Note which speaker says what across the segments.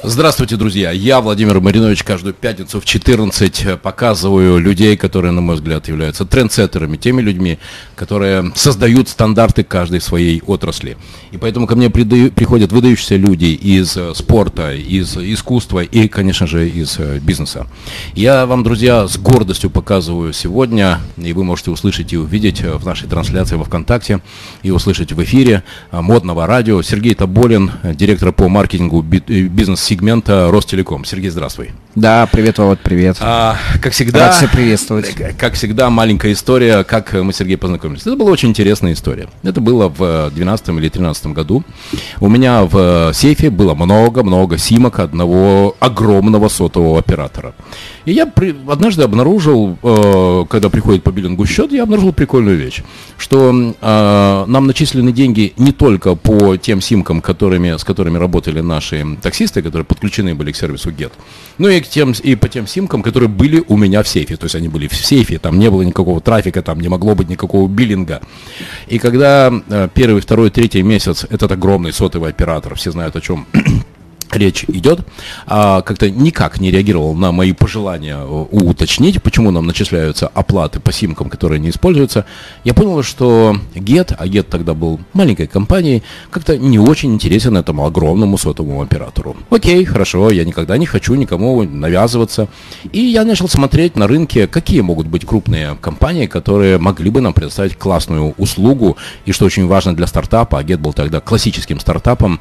Speaker 1: Здравствуйте, друзья! Я, Владимир Маринович, каждую пятницу в 14 показываю людей, которые, на мой взгляд, являются трендсеттерами, теми людьми, которые создают стандарты каждой своей отрасли. И поэтому ко мне приходят выдающиеся люди из спорта, из искусства и, конечно же, из бизнеса. Я вам, друзья, с гордостью показываю сегодня, и вы можете услышать и увидеть в нашей трансляции во ВКонтакте, и услышать в эфире модного радио Сергей Тоболин, директор по маркетингу бизнес-сегмента Ростелеком. Сергей, здравствуй.
Speaker 2: Да, привет, Володь, привет.
Speaker 1: Как всегда,
Speaker 2: рад всех приветствовать.
Speaker 1: Как всегда, маленькая история, как мы с Сергеем познакомились. Это была очень интересная история. Это было в 2012 или 2013 году. У меня в сейфе было много симок одного огромного сотового оператора. И я однажды обнаружил, когда приходит по биллингу счет, я обнаружил прикольную вещь, что нам начислены деньги не только по тем симкам, с которыми работали наши таксисты, которые подключены были к сервису Get, но и по тем симкам, которые были у меня в сейфе. То есть они были в сейфе, там не было никакого трафика, там не могло быть никакого биллинга. И когда первый, второй, третий месяц этот огромный сотовый оператор, все знают, о чем речь идет, как-то никак не реагировал на мои пожелания уточнить, почему нам начисляются оплаты по симкам, которые не используются, я понял, что Get, а Get тогда был маленькой компанией, как-то не очень интересен этому огромному сотовому оператору. Окей, хорошо, я никогда не хочу никому навязываться. И я начал смотреть на рынке, какие могут быть крупные компании, которые могли бы нам предоставить классную услугу, и что очень важно для стартапа, а Get был тогда классическим стартапом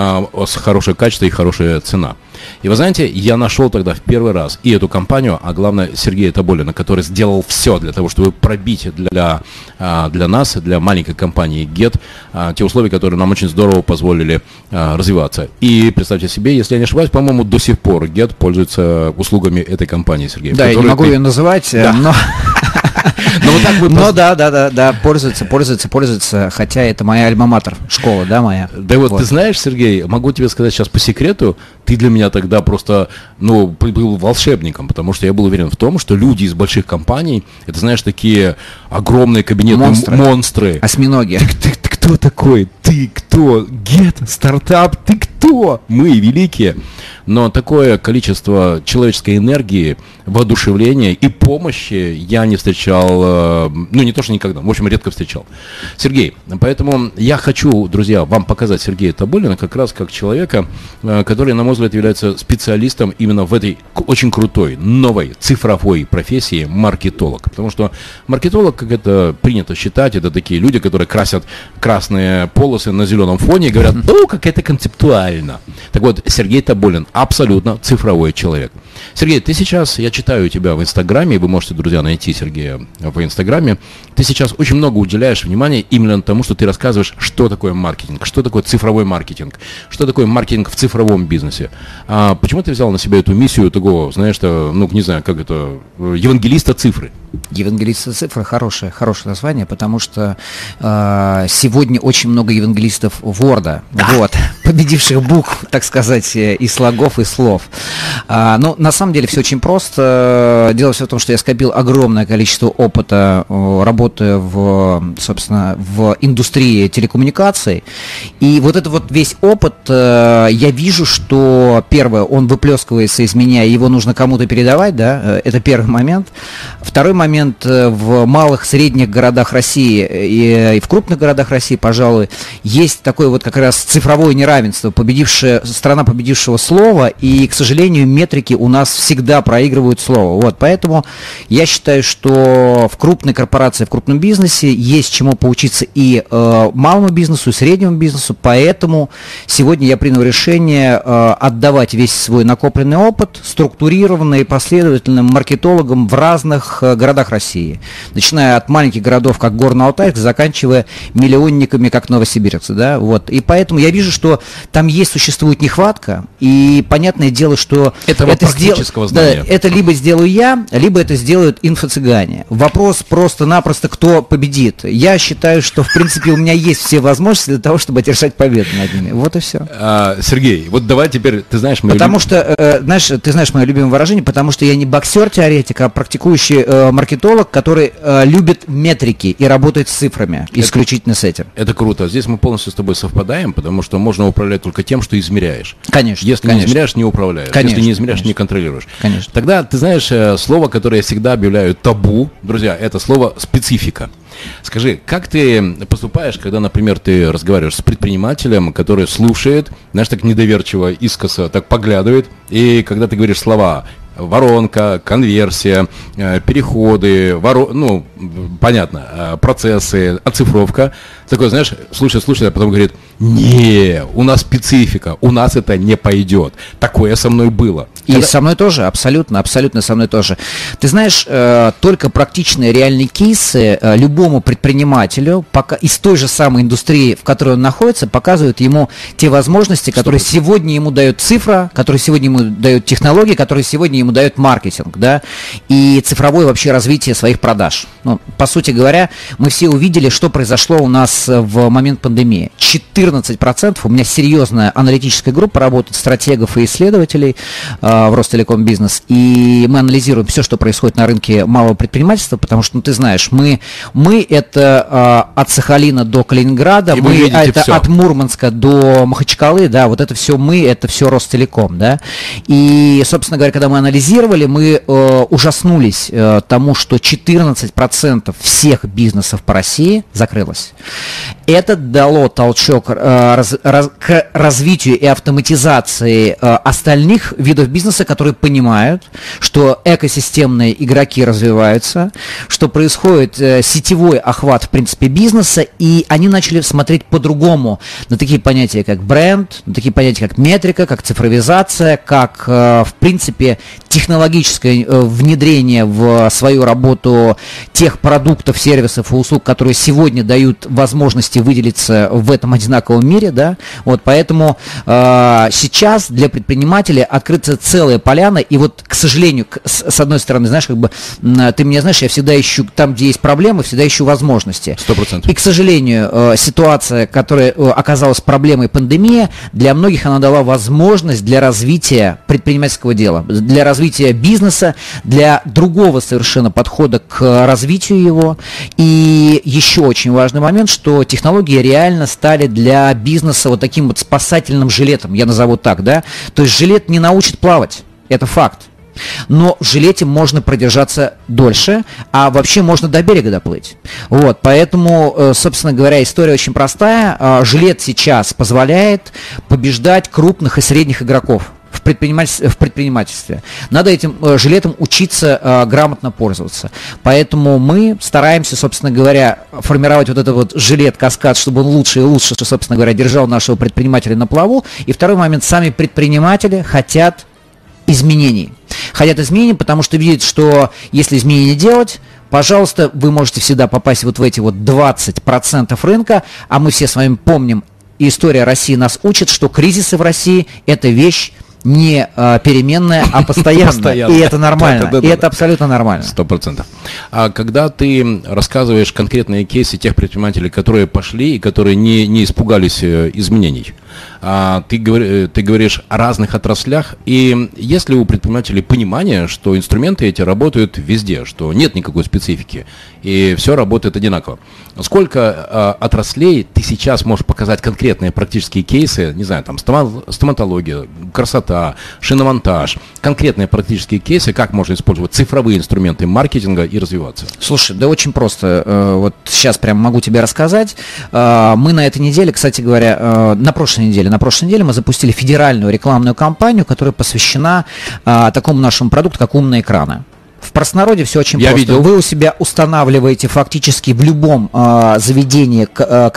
Speaker 1: с хорошим качеством и хорошая цена. И вы знаете, я нашел тогда в первый раз и эту компанию, а главное Сергея Тоболина, который сделал все для того, чтобы пробить для нас, для маленькой компании Get, те условия, которые нам очень здорово позволили развиваться. И представьте себе, если я не ошибаюсь, по-моему, до сих пор Get пользуется услугами этой компании, Сергей.
Speaker 2: Да, я не могу ее называть, да. Но... да, пользуется, хотя это моя альма-матер, школа, да, моя.
Speaker 1: Да вот, ты знаешь, Сергей, могу тебе сказать сейчас по секрету, ты для меня тогда просто, был волшебником, потому что я был уверен в том, что люди из больших компаний, это, знаешь, такие огромные кабинетные монстры.
Speaker 2: Осьминоги.
Speaker 1: Ты кто такой? Ты кто? Get, стартап, ты кто? Мы великие. Но такое количество человеческой энергии, воодушевления и помощи я не встречал, не то что никогда, в общем, редко встречал. Сергей, поэтому я хочу, друзья, вам показать Сергея Тоболина как раз как человека, который, на мой взгляд, является специалистом именно в этой очень крутой, новой, цифровой профессии маркетолог. Потому что маркетолог, как это принято считать, это такие люди, которые красят красные полосы на зеленом фоне и говорят, как это концептуально. Так вот, Сергей Тоболин абсолютно цифровой человек. Сергей, ты сейчас, я читаю тебя в Инстаграме, вы можете, друзья, найти Сергея в Инстаграме, ты сейчас очень много уделяешь внимания именно тому, что ты рассказываешь, что такое маркетинг, что такое цифровой маркетинг, что такое маркетинг в цифровом бизнесе. Почему ты взял на себя эту миссию такого, знаешь, не знаю, как это, евангелиста цифры?
Speaker 2: Евангелисты цифры хорошее название, потому что сегодня очень много евангелистов Word, победивших букв, так сказать, и слогов, и слов. На самом деле все очень просто. Дело все в том, что я скопил огромное количество опыта, работая в индустрии телекоммуникаций. И вот этот весь опыт, я вижу, что первое, он выплескивается из меня, его нужно кому-то передавать, да, это первый момент. Второй момент, в малых, средних городах России и в крупных городах России, пожалуй, есть такое как раз цифровое неравенство, страна победившего слова, и, к сожалению, метрики у нас всегда проигрывают слово. Поэтому я считаю, что в крупной корпорации, в крупном бизнесе есть чему поучиться и малому бизнесу, и среднему бизнесу, поэтому сегодня я принял решение отдавать весь свой накопленный опыт структурированно и последовательным маркетологам в разных городах России, начиная от маленьких городов, как Горно-Алтайск, заканчивая миллионниками, как новосибирцы, да, и поэтому я вижу, что там существует нехватка, и понятное дело, что это либо сделаю я, либо это сделают инфо-цыгане. Вопрос просто-напросто, кто победит. Я считаю, что, в принципе, у меня есть все возможности для того, чтобы одержать победу над ними. Вот и все.
Speaker 1: Сергей, давай теперь, ты знаешь
Speaker 2: мое... Потому что, ты знаешь мое любимое выражение, потому что я не боксер-теоретик, а практикующий маркетолог, который любит метрики и работает с цифрами, исключительно с этим.
Speaker 1: Это круто. Здесь мы полностью с тобой совпадаем, потому что можно управлять только тем, что измеряешь.
Speaker 2: Конечно.
Speaker 1: Если не измеряешь, не управляешь. Если не измеряешь, не контролируешь.
Speaker 2: Конечно.
Speaker 1: Тогда, ты знаешь, слово, которое я всегда объявляю табу, друзья, это слово специфика. Скажи, как ты поступаешь, когда, например, ты разговариваешь с предпринимателем, который слушает, знаешь, так недоверчиво, искоса, так поглядывает, и когда ты говоришь слова воронка, конверсия, переходы, понятно, процессы, оцифровка. Такой, знаешь, слушай, а потом говорит, не, у нас специфика, у нас это не пойдет. Такое со мной было.
Speaker 2: И со мной тоже, абсолютно со мной тоже. Ты знаешь, только практичные реальные кейсы любому предпринимателю пока из той же самой индустрии, в которой он находится, показывают ему те возможности, которые 100%. Сегодня ему дает цифра, которые сегодня ему дают технологии, которые сегодня ему дает маркетинг, да, и цифровое вообще развитие своих продаж. Ну, по сути говоря, мы все увидели, что произошло у нас в момент пандемии. 14%, у меня серьезная аналитическая группа работает, стратегов и исследователей в Ростелеком-бизнес, и мы анализируем все, что происходит на рынке малого предпринимательства, потому что, ну, ты знаешь, мы это от Сахалина до Калининграда,
Speaker 1: и
Speaker 2: мы это
Speaker 1: все.
Speaker 2: От Мурманска до Махачкалы, да, вот это все мы, это все Ростелеком, да, и, собственно говоря, когда мы анализировали, мы ужаснулись тому, что 14% всех бизнесов по России закрылось. Это дало толчок к развитию и автоматизации остальных видов бизнеса, которые понимают, что экосистемные игроки развиваются, что происходит сетевой охват, в принципе, бизнеса, и они начали смотреть по-другому на такие понятия, как бренд, на такие понятия, как метрика, как цифровизация, как, в принципе, технологическое внедрение в свою работу тех продуктов, сервисов и услуг, которые сегодня дают возможности выделиться в этом одинаковом мире, да, вот, поэтому сейчас для предпринимателей открыта целая поляна, и вот, к сожалению, с одной стороны, знаешь, как бы, ты меня знаешь, я всегда ищу, там, где есть проблемы, всегда ищу возможности.
Speaker 1: 100%.
Speaker 2: И, к сожалению, ситуация, которая оказалась проблемой пандемии, для многих она дала возможность для развития предпринимательского дела, для развития бизнеса, для другого совершенно подхода к развитию его. И еще очень важный момент, что технологии реально стали для бизнеса вот таким вот спасательным жилетом, я назову так, да. То есть жилет не научит плавать, это факт. Но в жилете можно продержаться дольше, а вообще можно до берега доплыть. Вот, поэтому, собственно говоря, история очень простая. Жилет сейчас позволяет побеждать крупных и средних игроков в предпринимательстве. Надо этим жилетом учиться грамотно пользоваться. Поэтому мы стараемся, собственно говоря, формировать вот этот вот жилет-каскад, чтобы он лучше и лучше, собственно говоря, держал нашего предпринимателя на плаву. И второй момент, сами предприниматели хотят изменений. Хотят изменений, потому что видят, что если изменения делать, пожалуйста, вы можете всегда попасть вот в эти вот 20% рынка, а мы все с вами помним, и история России нас учит, что кризисы в России – это вещь не переменная, а постоянная. И это нормально. И это абсолютно нормально.
Speaker 1: 100%. А когда ты рассказываешь конкретные кейсы тех предпринимателей, которые пошли и которые не испугались изменений, ты говоришь о разных отраслях, и есть ли у предпринимателей понимание, что инструменты эти работают везде, что нет никакой специфики, и все работает одинаково? Сколько отраслей ты сейчас можешь показать конкретные практические кейсы, не знаю, там стоматология, красота, шиномонтаж, конкретные практические кейсы, как можно использовать цифровые инструменты маркетинга и развиваться?
Speaker 2: Слушай, да очень просто. Вот сейчас прям могу тебе рассказать. Мы на этой неделе, кстати говоря, на прошлой неделе мы запустили федеральную рекламную кампанию, которая посвящена такому нашему продукту, как умные экраны. В простонародье все очень просто.
Speaker 1: Видел.
Speaker 2: Вы у себя устанавливаете фактически в любом заведении,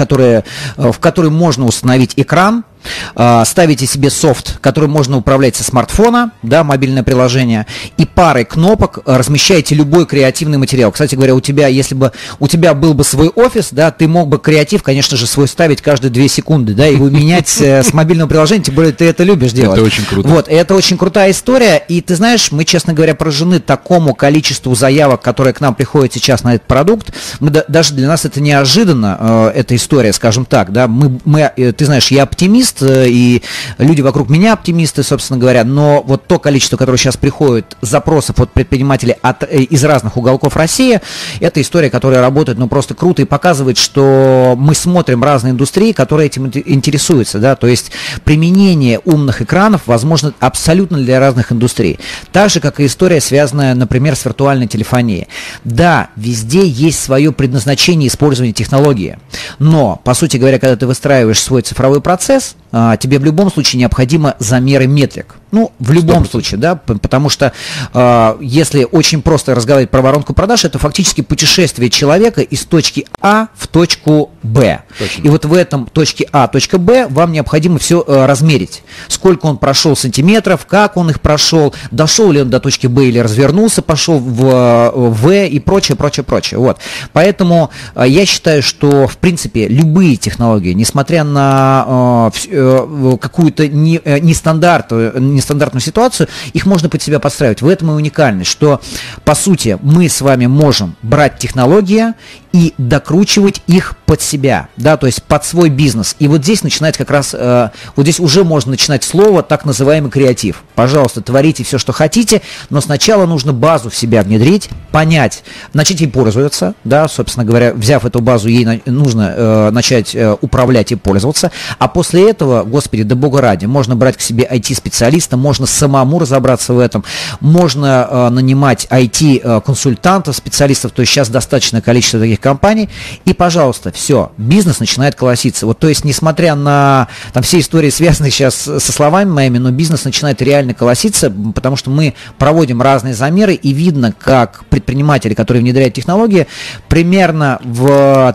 Speaker 2: в которое можно установить экран, ставите себе софт, который можно управлять со смартфона, да, мобильное приложение, и парой кнопок размещаете любой креативный материал. Кстати говоря, если бы у тебя был бы свой офис, да, ты мог бы креатив, конечно же, свой ставить каждые 2 секунды, да, и его менять с мобильного приложения, тем более ты это любишь делать.
Speaker 1: Это очень круто.
Speaker 2: Вот, это очень крутая история, и ты знаешь, мы, честно говоря, поражены такому количеству заявок, которые к нам приходят сейчас на этот продукт. Даже для нас это неожиданно, эта история, скажем так, да, ты знаешь, я оптимист, оптимист, и люди вокруг меня оптимисты, собственно говоря, но вот то количество, которое сейчас приходит, запросов от предпринимателей из разных уголков России, это история, которая работает, ну, просто круто и показывает, что мы смотрим разные индустрии, которые этим интересуются, да, то есть применение умных экранов возможно абсолютно для разных индустрий. Так же, как и история, связанная, например, с виртуальной телефонией. Да, везде есть свое предназначение использования технологии, но, по сути говоря, когда ты выстраиваешь свой цифровой процесс, тебе в любом случае необходимы замеры метрик. Ну, в любом 100%. Случае, да, потому что если очень просто разговаривать про воронку продаж, это фактически путешествие человека из точки А в точку Б. Точно. И вот в этом точке А, точка Б вам необходимо все размерить. Сколько он прошел сантиметров, как он их прошел, дошел ли он до точки Б или развернулся, пошел в В и прочее, прочее, прочее. Вот. Поэтому я считаю, что, в принципе, любые технологии, несмотря на какую-то нестандартную ситуацию, их можно под себя подстраивать. В этом и уникальность, что, по сути, мы с вами можем брать технологии и докручивать их под себя, да, то есть под свой бизнес. И вот здесь начинает как раз, вот здесь уже можно начинать слово так называемый креатив. Пожалуйста, творите все, что хотите, но сначала нужно базу в себя внедрить, понять, начать ей пользоваться, да, собственно говоря, взяв эту базу, ей нужно начать управлять и пользоваться, а после этого, господи, да бога ради, можно брать к себе IT-специалиста, можно самому разобраться в этом, можно нанимать IT-консультантов, специалистов, то есть сейчас достаточное количество таких компаний, и, пожалуйста, все, бизнес начинает колоситься. Вот, то есть, несмотря на там все истории, связанные сейчас со словами моими, но бизнес начинает реально колоситься, потому что мы проводим разные замеры, и видно, как предприниматели, которые внедряют технологии, примерно в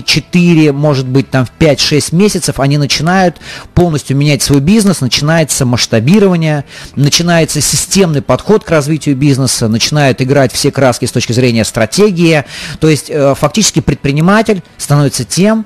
Speaker 2: 3-4, может быть, там в 5-6 месяцев они начинают полностью менять свой бизнес, начинается масштабирование, начинается системный подход к развитию бизнеса, начинают играть все краски с точки зрения стратегии, то есть фактически предприниматель становится тем,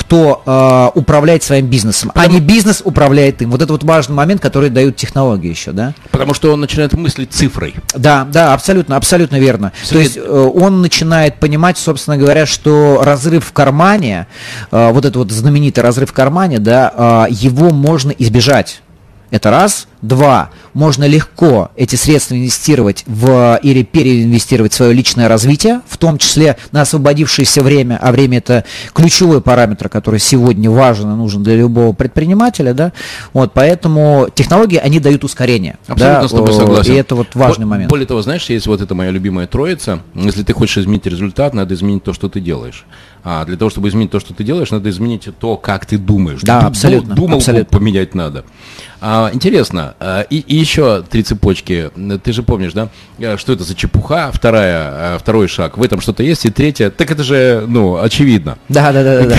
Speaker 2: кто управляет своим бизнесом, а не бизнес управляет им. Вот это вот важный момент, который дают технологии еще, да?
Speaker 1: Потому что он начинает мыслить цифрой.
Speaker 2: Да, да, абсолютно, абсолютно верно. То есть он начинает понимать, собственно говоря, что разрыв в кармане, вот этот вот знаменитый разрыв в кармане, да, его можно избежать. Это раз. Два. Можно легко эти средства инвестировать или переинвестировать в свое личное развитие, в том числе на освободившееся время, а время это ключевой параметр, который сегодня важен и нужен для любого предпринимателя, да. Вот, поэтому технологии, они дают ускорение.
Speaker 1: Абсолютно, да? С тобой согласен.
Speaker 2: И это вот важный момент.
Speaker 1: Более того, знаешь, есть вот эта моя любимая троица. Если ты хочешь изменить результат, надо изменить то, что ты делаешь. А для того, чтобы изменить то, что ты делаешь, надо изменить то, как ты думаешь.
Speaker 2: Да, абсолютно.
Speaker 1: Думалку поменять надо. Интересно, и еще 3 цепочки. Ты же помнишь, да? Что это за чепуха? Второй шаг. В этом что-то есть. И третье. Так это же, очевидно.
Speaker 2: Да.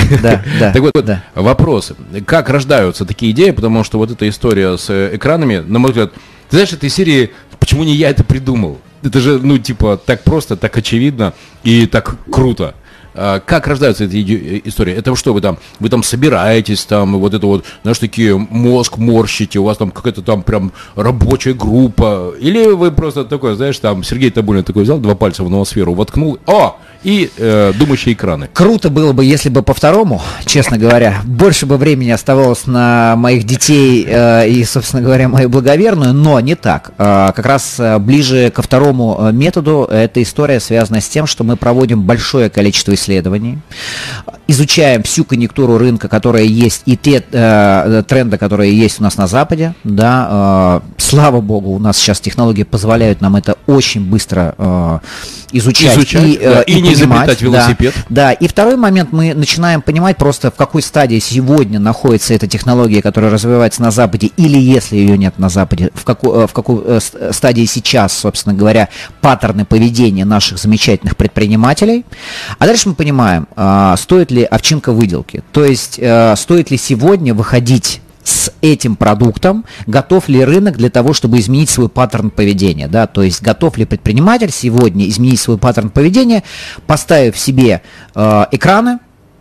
Speaker 1: Так вот, вопрос. Как рождаются такие идеи? Потому что вот эта история с экранами, на мой взгляд, ты знаешь, этой серии, почему не я это придумал? Это же, так просто, так очевидно и так круто. Как рождаются эти истории? Это что, вы там собираетесь, там, вот это вот, знаешь, такие мозг морщите, у вас там какая-то там прям рабочая группа, или вы просто такой, знаешь, там, Сергей Табулин такой взял 2 пальца в ноосферу, воткнул, и думающие экраны.
Speaker 2: Круто было бы, если бы по второму, честно говоря, больше бы времени оставалось на моих детей и, собственно говоря, мою благоверную, но не так. Как раз ближе ко второму методу эта история связана с тем, что мы проводим большое количество исследований, изучаем всю конъюнктуру рынка, которая есть, и те тренды, которые есть у нас на Западе, да, слава богу, у нас сейчас технологии позволяют нам это очень быстро изучать и не изобретать велосипед. Да, и второй момент, мы начинаем понимать просто, в какой стадии сегодня находится эта технология, которая развивается на Западе, или если ее нет на Западе, в какой стадии сейчас, собственно говоря, паттерны поведения наших замечательных предпринимателей. А дальше мы понимаем, стоит ли овчинка выделки, то есть стоит ли сегодня выходить с этим продуктом, готов ли рынок для того, чтобы изменить свой паттерн поведения, да, то есть готов ли предприниматель сегодня изменить свой паттерн поведения, поставив себе экраны,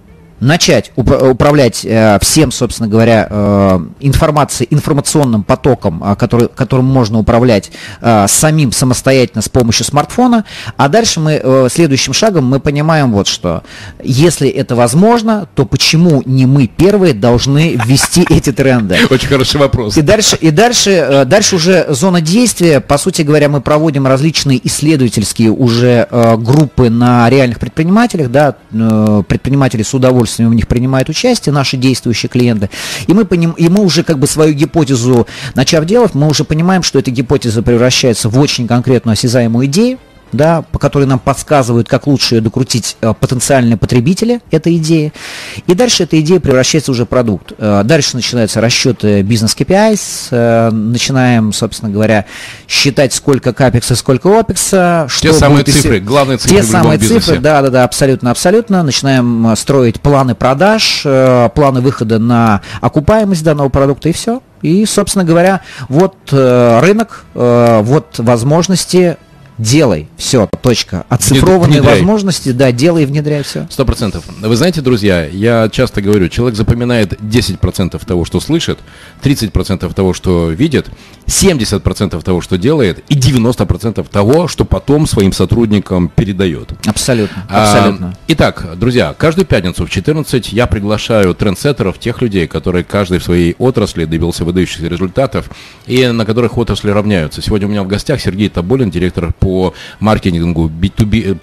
Speaker 2: начать управлять всем, собственно говоря, информационным потоком, которым можно управлять самим самостоятельно с помощью смартфона. А дальше мы следующим шагом мы понимаем вот что. Если это возможно, то почему не мы первые должны ввести эти тренды?
Speaker 1: Очень хороший вопрос.
Speaker 2: И дальше уже зона действия. По сути говоря, мы проводим различные исследовательские уже группы на реальных предпринимателях, да, предприниматели с удовольствием в них принимают участие, наши действующие клиенты, и мы уже как бы свою гипотезу, начав делать, мы уже понимаем, что эта гипотеза превращается в очень конкретную осязаемую идею, да, по которой нам подсказывают, как лучше ее докрутить потенциальные потребители этой идеи. И дальше эта идея превращается уже в продукт. Дальше начинаются расчеты бизнес-KPIs, начинаем, собственно говоря, считать, сколько капекса, сколько опекса.
Speaker 1: Те самые цифры, главные цифры
Speaker 2: в любом бизнесе. Те самые цифры, да, абсолютно. Начинаем строить планы продаж, планы выхода на окупаемость данного продукта, и все. И, собственно говоря, вот рынок, вот возможности. Делай, все, точка. Оцифрованные возможности, да, делай и внедряй все.
Speaker 1: 100%. Вы знаете, друзья, я часто говорю, человек запоминает 10% того, что слышит, 30% того, что видит, 70% того, что делает, и 90% того, что потом своим сотрудникам передает.
Speaker 2: Абсолютно.
Speaker 1: Итак, друзья, каждую пятницу в 14 я приглашаю трендсеттеров, тех людей, которые каждый в своей отрасли добился выдающихся результатов, и на которых отрасли равняются. Сегодня у меня в гостях Сергей Тоболин, директор по маркетингу B2B,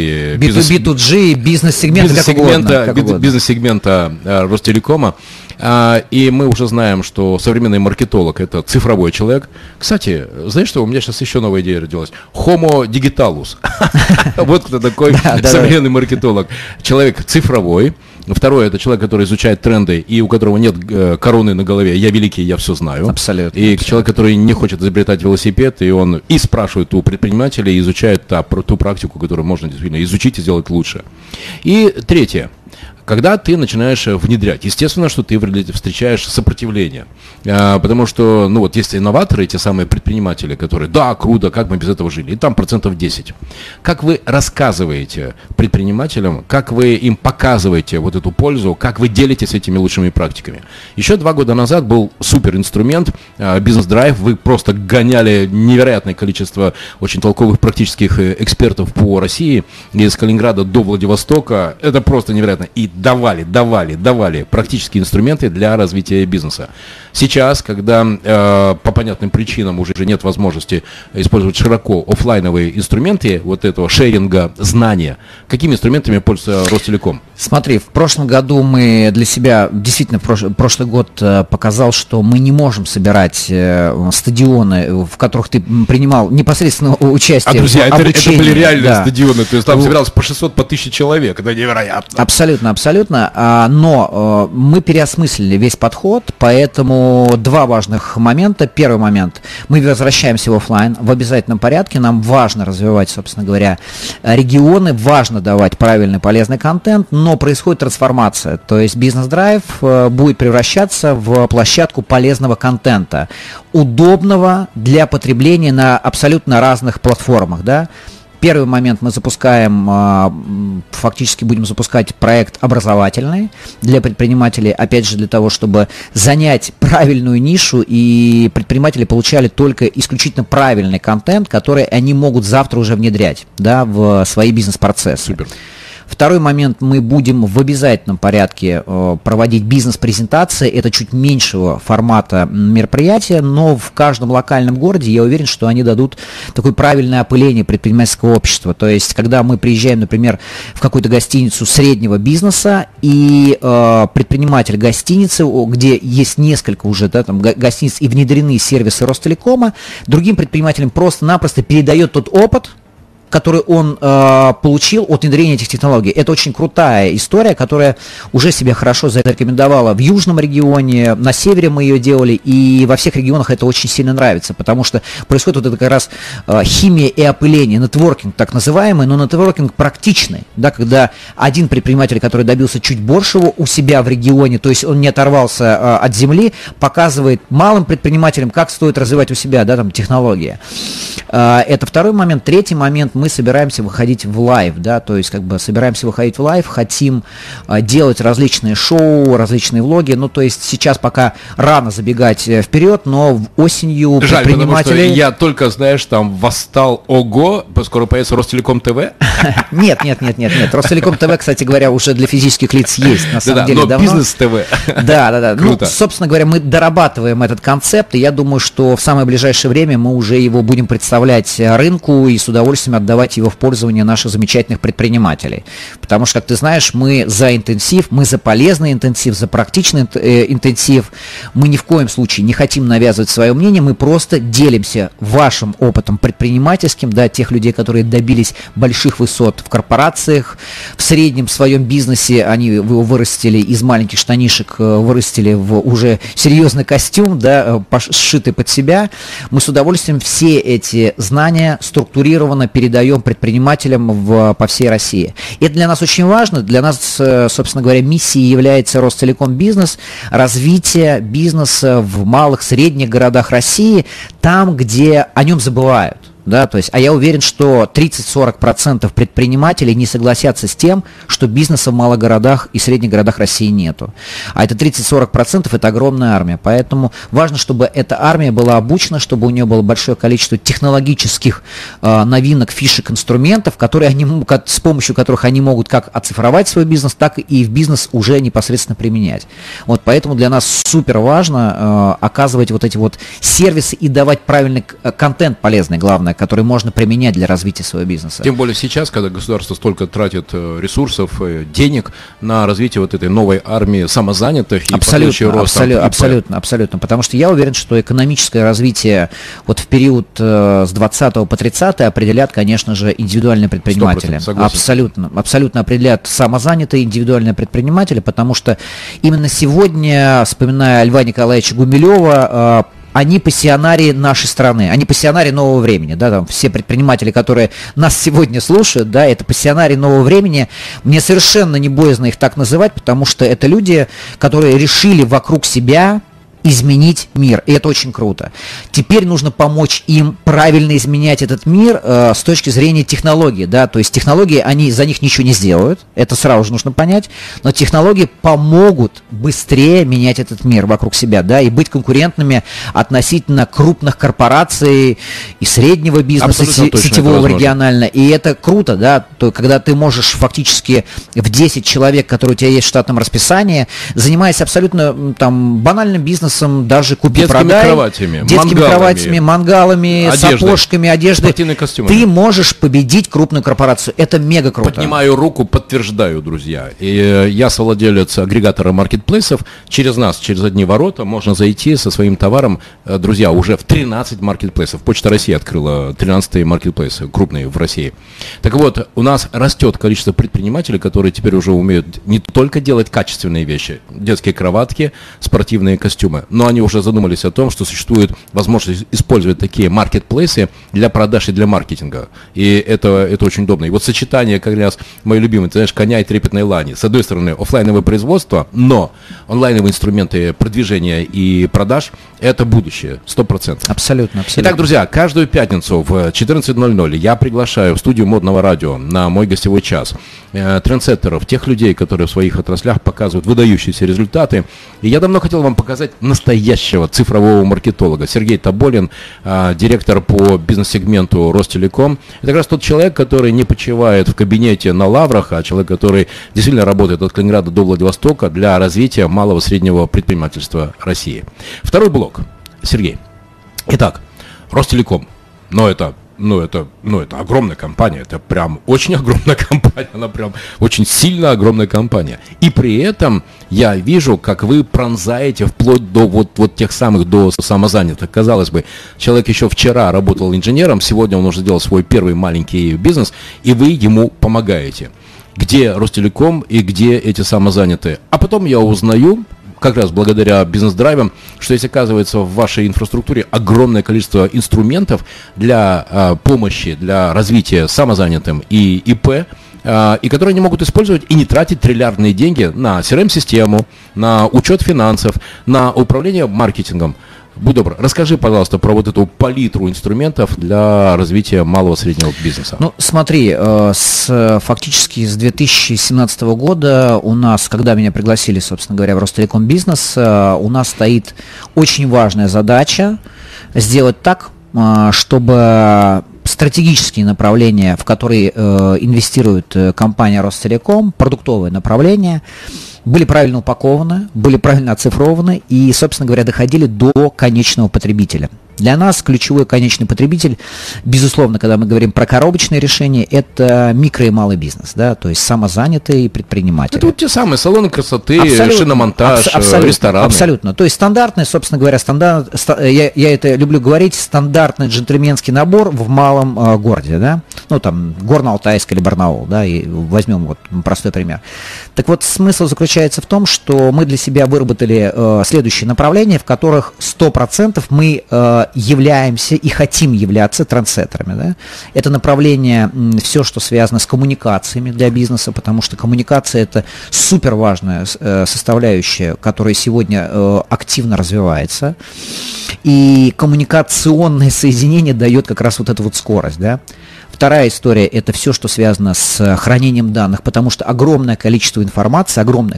Speaker 2: B2B2G,
Speaker 1: бизнес-сегмента Ростелекома. И мы уже знаем, что современный маркетолог – это цифровой человек. Кстати, знаешь что, у меня сейчас еще новая идея родилась. Homo digitalus. Вот кто такой современный маркетолог. Человек цифровой. Второе – это человек, который изучает тренды и у которого нет короны на голове. Я великий, я все знаю.
Speaker 2: Абсолютно.
Speaker 1: И человек, который не хочет изобретать велосипед, и он и спрашивает у предпринимателей, и изучает ту практику, которую можно действительно изучить и сделать лучше. И третье. Когда ты начинаешь внедрять, естественно, что ты встречаешь сопротивление, потому что, ну вот, есть инноваторы, те самые предприниматели, которые, да, круто, как мы без этого жили, и там 10%. Как вы рассказываете предпринимателям, как вы им показываете вот эту пользу, как вы делитесь этими лучшими практиками? Еще 2 года назад был суперинструмент, бизнес-драйв, вы просто гоняли невероятное количество очень толковых практических экспертов по России, из Калининграда до Владивостока, это просто невероятно. И давали практические инструменты для развития бизнеса. Сейчас, когда по понятным причинам уже нет возможности использовать широко офлайновые инструменты вот этого шеринга знания, какими инструментами пользуется Ростелеком?
Speaker 2: Смотри, в прошлом году мы для себя, действительно, прошлый год показал, что мы не можем собирать стадионы, в которых ты принимал непосредственно участие.
Speaker 1: Друзья, это были реальные стадионы, то есть там собиралось по 600, по 1000 человек, это невероятно.
Speaker 2: Абсолютно. Но мы переосмыслили весь подход, поэтому 2 важных момента. Первый момент. Мы возвращаемся в офлайн в обязательном порядке. Нам важно развивать, собственно говоря, регионы, важно давать правильный, полезный контент, но происходит трансформация. То есть бизнес-драйв будет превращаться в площадку полезного контента, удобного для потребления на абсолютно разных платформах, да. Первый момент мы запускаем, фактически будем запускать проект образовательный для предпринимателей, опять же для того, чтобы занять правильную нишу, и предприниматели получали только исключительно правильный контент, который они могут завтра уже внедрять, да, в свои бизнес-процессы.
Speaker 1: Супер.
Speaker 2: Второй момент, мы будем в обязательном порядке проводить бизнес-презентации. Это чуть меньшего формата мероприятия, но в каждом локальном городе, я уверен, что они дадут такое правильное опыление предпринимательского общества. То есть, когда мы приезжаем, например, в какую-то гостиницу среднего бизнеса, и предприниматель гостиницы, где есть несколько уже, да, там, гостиниц и внедрены сервисы Ростелекома, другим предпринимателям просто-напросто передает тот опыт, который он получил от внедрения этих технологий. Это очень крутая история, которая уже себя хорошо зарекомендовала в южном регионе, на севере мы ее делали, и во всех регионах это очень сильно нравится, потому что происходит вот это как раз химия и опыление, нетворкинг так называемый, но нетворкинг практичный, да, когда один предприниматель, который добился чуть большего у себя в регионе, то есть он не оторвался от земли, показывает малым предпринимателям, как стоит развивать у себя, да, там, технологии. Это второй момент. Третий момент, мы собираемся выходить в лайв, да, то есть как бы собираемся выходить в лайв, хотим делать различные шоу, различные влоги, ну, то есть сейчас пока рано забегать вперед, но осенью
Speaker 1: жаль,
Speaker 2: предприниматели...
Speaker 1: потому что я только, знаешь, там восстал, ого, скоро появится Ростелеком ТВ.
Speaker 2: Нет. Ростелеком ТВ, кстати говоря, уже для физических лиц есть, на самом деле,
Speaker 1: но
Speaker 2: давно.
Speaker 1: бизнес-ТВ.
Speaker 2: Да.
Speaker 1: Круто.
Speaker 2: Ну, собственно говоря, мы дорабатываем этот концепт, и я думаю, что в самое ближайшее время мы уже его будем представлять рынку и с удовольствием отдавать его в пользование наших замечательных предпринимателей. Потому что, как ты знаешь, мы за интенсив, мы за полезный интенсив, за практичный интенсив. Мы ни в коем случае не хотим навязывать свое мнение, мы просто делимся вашим опытом предпринимательским, да, тех людей, которые добились больших высот в корпорациях, в среднем в своем бизнесе они его вырастили из маленьких штанишек, вырастили в уже серьезный костюм, да, сшитый под себя. Мы с удовольствием все эти знания структурированно передаем предпринимателям по всей России. И это для нас очень важно. Для нас, собственно говоря, миссией является Ростелеком Бизнес, развитие бизнеса в малых, средних городах России, там, где о нем забывают. Да, то есть, а я уверен, что 30-40% предпринимателей не согласятся с тем, что бизнеса в малых городах и средних городах России нету. А это 30-40% это огромная армия. Поэтому важно, чтобы эта армия была обучена, чтобы у нее было большое количество технологических новинок, фишек, инструментов, которые с помощью которых они могут как оцифровать свой бизнес, так и в бизнес уже непосредственно применять. Вот, поэтому для нас супер важно оказывать вот эти вот сервисы и давать правильный контент полезный, главное, который можно применять для развития своего бизнеса.
Speaker 1: Тем более сейчас, когда государство столько тратит ресурсов, денег на развитие вот этой новой армии самозанятых и последующий рост.
Speaker 2: Абсолютно. Потому что я уверен, что экономическое развитие вот в период с 20 по 30 определят, конечно же, индивидуальные предприниматели. Абсолютно определят самозанятые индивидуальные предприниматели, потому что именно сегодня, вспоминая Льва Николаевича Гумилева, они пассионарии нашей страны, они пассионарии нового времени, да, там все предприниматели, которые нас сегодня слушают, да, это пассионарии нового времени. Мне совершенно не боязно их так называть, потому что это люди, которые решили вокруг себя изменить мир, и это очень круто. Теперь нужно помочь им правильно изменять этот мир с точки зрения технологий, да, то есть технологии, они за них ничего не сделают, это сразу же нужно понять, но технологии помогут быстрее менять этот мир вокруг себя, да, и быть конкурентными относительно крупных корпораций и среднего бизнеса, сетевого, регионально, и это круто, да, то, когда ты можешь фактически в 10 человек, которые у тебя есть в штатном расписании, занимаясь абсолютно там банальным бизнесом, даже купи-продай, детскими кроватями, мангалами, сапожками, одеждой, ты можешь победить крупную корпорацию. Это мега круто.
Speaker 1: Поднимаю руку, подтверждаю, друзья. И я совладелец агрегатора маркетплейсов. Через нас, через одни ворота можно зайти со своим товаром, друзья, уже в 13 маркетплейсов. Почта России открыла 13-е маркетплейсы, крупные в России. Так вот, у нас растет количество предпринимателей, которые теперь уже умеют не только делать качественные вещи, детские кроватки, спортивные костюмы, но они уже задумались о том, что существует возможность использовать такие маркетплейсы для продаж и для маркетинга. И это очень удобно. И вот сочетание, как раз мой любимый, ты знаешь, коня и трепетной лани. С одной стороны, офлайновое производство, но онлайновые инструменты продвижения и продаж – это будущее, 100%.
Speaker 2: Абсолютно.
Speaker 1: Итак, друзья, каждую пятницу в 14:00 я приглашаю в студию Модного радио на мой гостевой час трендсеттеров, тех людей, которые в своих отраслях показывают выдающиеся результаты. И я давно хотел вам показать настоящего цифрового маркетолога. Сергей Тоболин, директор по бизнес-сегменту Ростелеком. Это как раз тот человек, который не почивает в кабинете на лаврах, а человек, который действительно работает от Калининграда до Владивостока для развития малого и среднего предпринимательства России. Второй блок. Сергей. Итак, Ростелеком. Это огромная компания, это прям очень огромная компания, она прям очень сильно огромная компания. И при этом я вижу, как вы пронзаете вплоть до вот тех самых, до самозанятых. Казалось бы, человек еще вчера работал инженером, сегодня он уже сделал свой первый маленький бизнес, и вы ему помогаете. Где Ростелеком и где эти самозанятые? А потом я узнаю, как раз благодаря бизнес-драйвам, что есть, оказывается, в вашей инфраструктуре огромное количество инструментов для помощи, для развития самозанятым и ИП, и которые они могут использовать и не тратить триллиардные деньги на CRM-систему, на учет финансов, на управление маркетингом. Будь добр, расскажи, пожалуйста, про вот эту палитру инструментов для развития малого и среднего бизнеса.
Speaker 2: Ну, смотри, фактически с 2017 года у нас, когда меня пригласили, собственно говоря, в Ростелеком Бизнес, у нас стоит очень важная задача сделать так, чтобы стратегические направления, в которые инвестирует компания Ростелеком, продуктовые направления, были правильно упакованы, были правильно оцифрованы и, собственно говоря, доходили до конечного потребителя. Для нас ключевой конечный потребитель, безусловно, когда мы говорим про коробочные решения, это микро и малый бизнес, да, то есть самозанятые предприниматели.
Speaker 1: Это вот те самые салоны красоты, шиномонтаж, рестораны.
Speaker 2: Абсолютно. То есть стандартный, собственно говоря, я это люблю говорить, стандартный джентльменский набор в малом городе, да, ну там Горно-Алтайск или Барнаул, да, и возьмем вот простой пример. Так вот, смысл заключается в том, что мы для себя выработали следующие направления, в которых 100% мы являемся и хотим являться трендсеттерами. Да? Это направление, все, что связано с коммуникациями для бизнеса, потому что коммуникация – это супер важная составляющая, которая сегодня активно развивается. И коммуникационное соединение дает как раз вот эту вот скорость. Да? Вторая история – это все, что связано с хранением данных, потому что огромное количество информации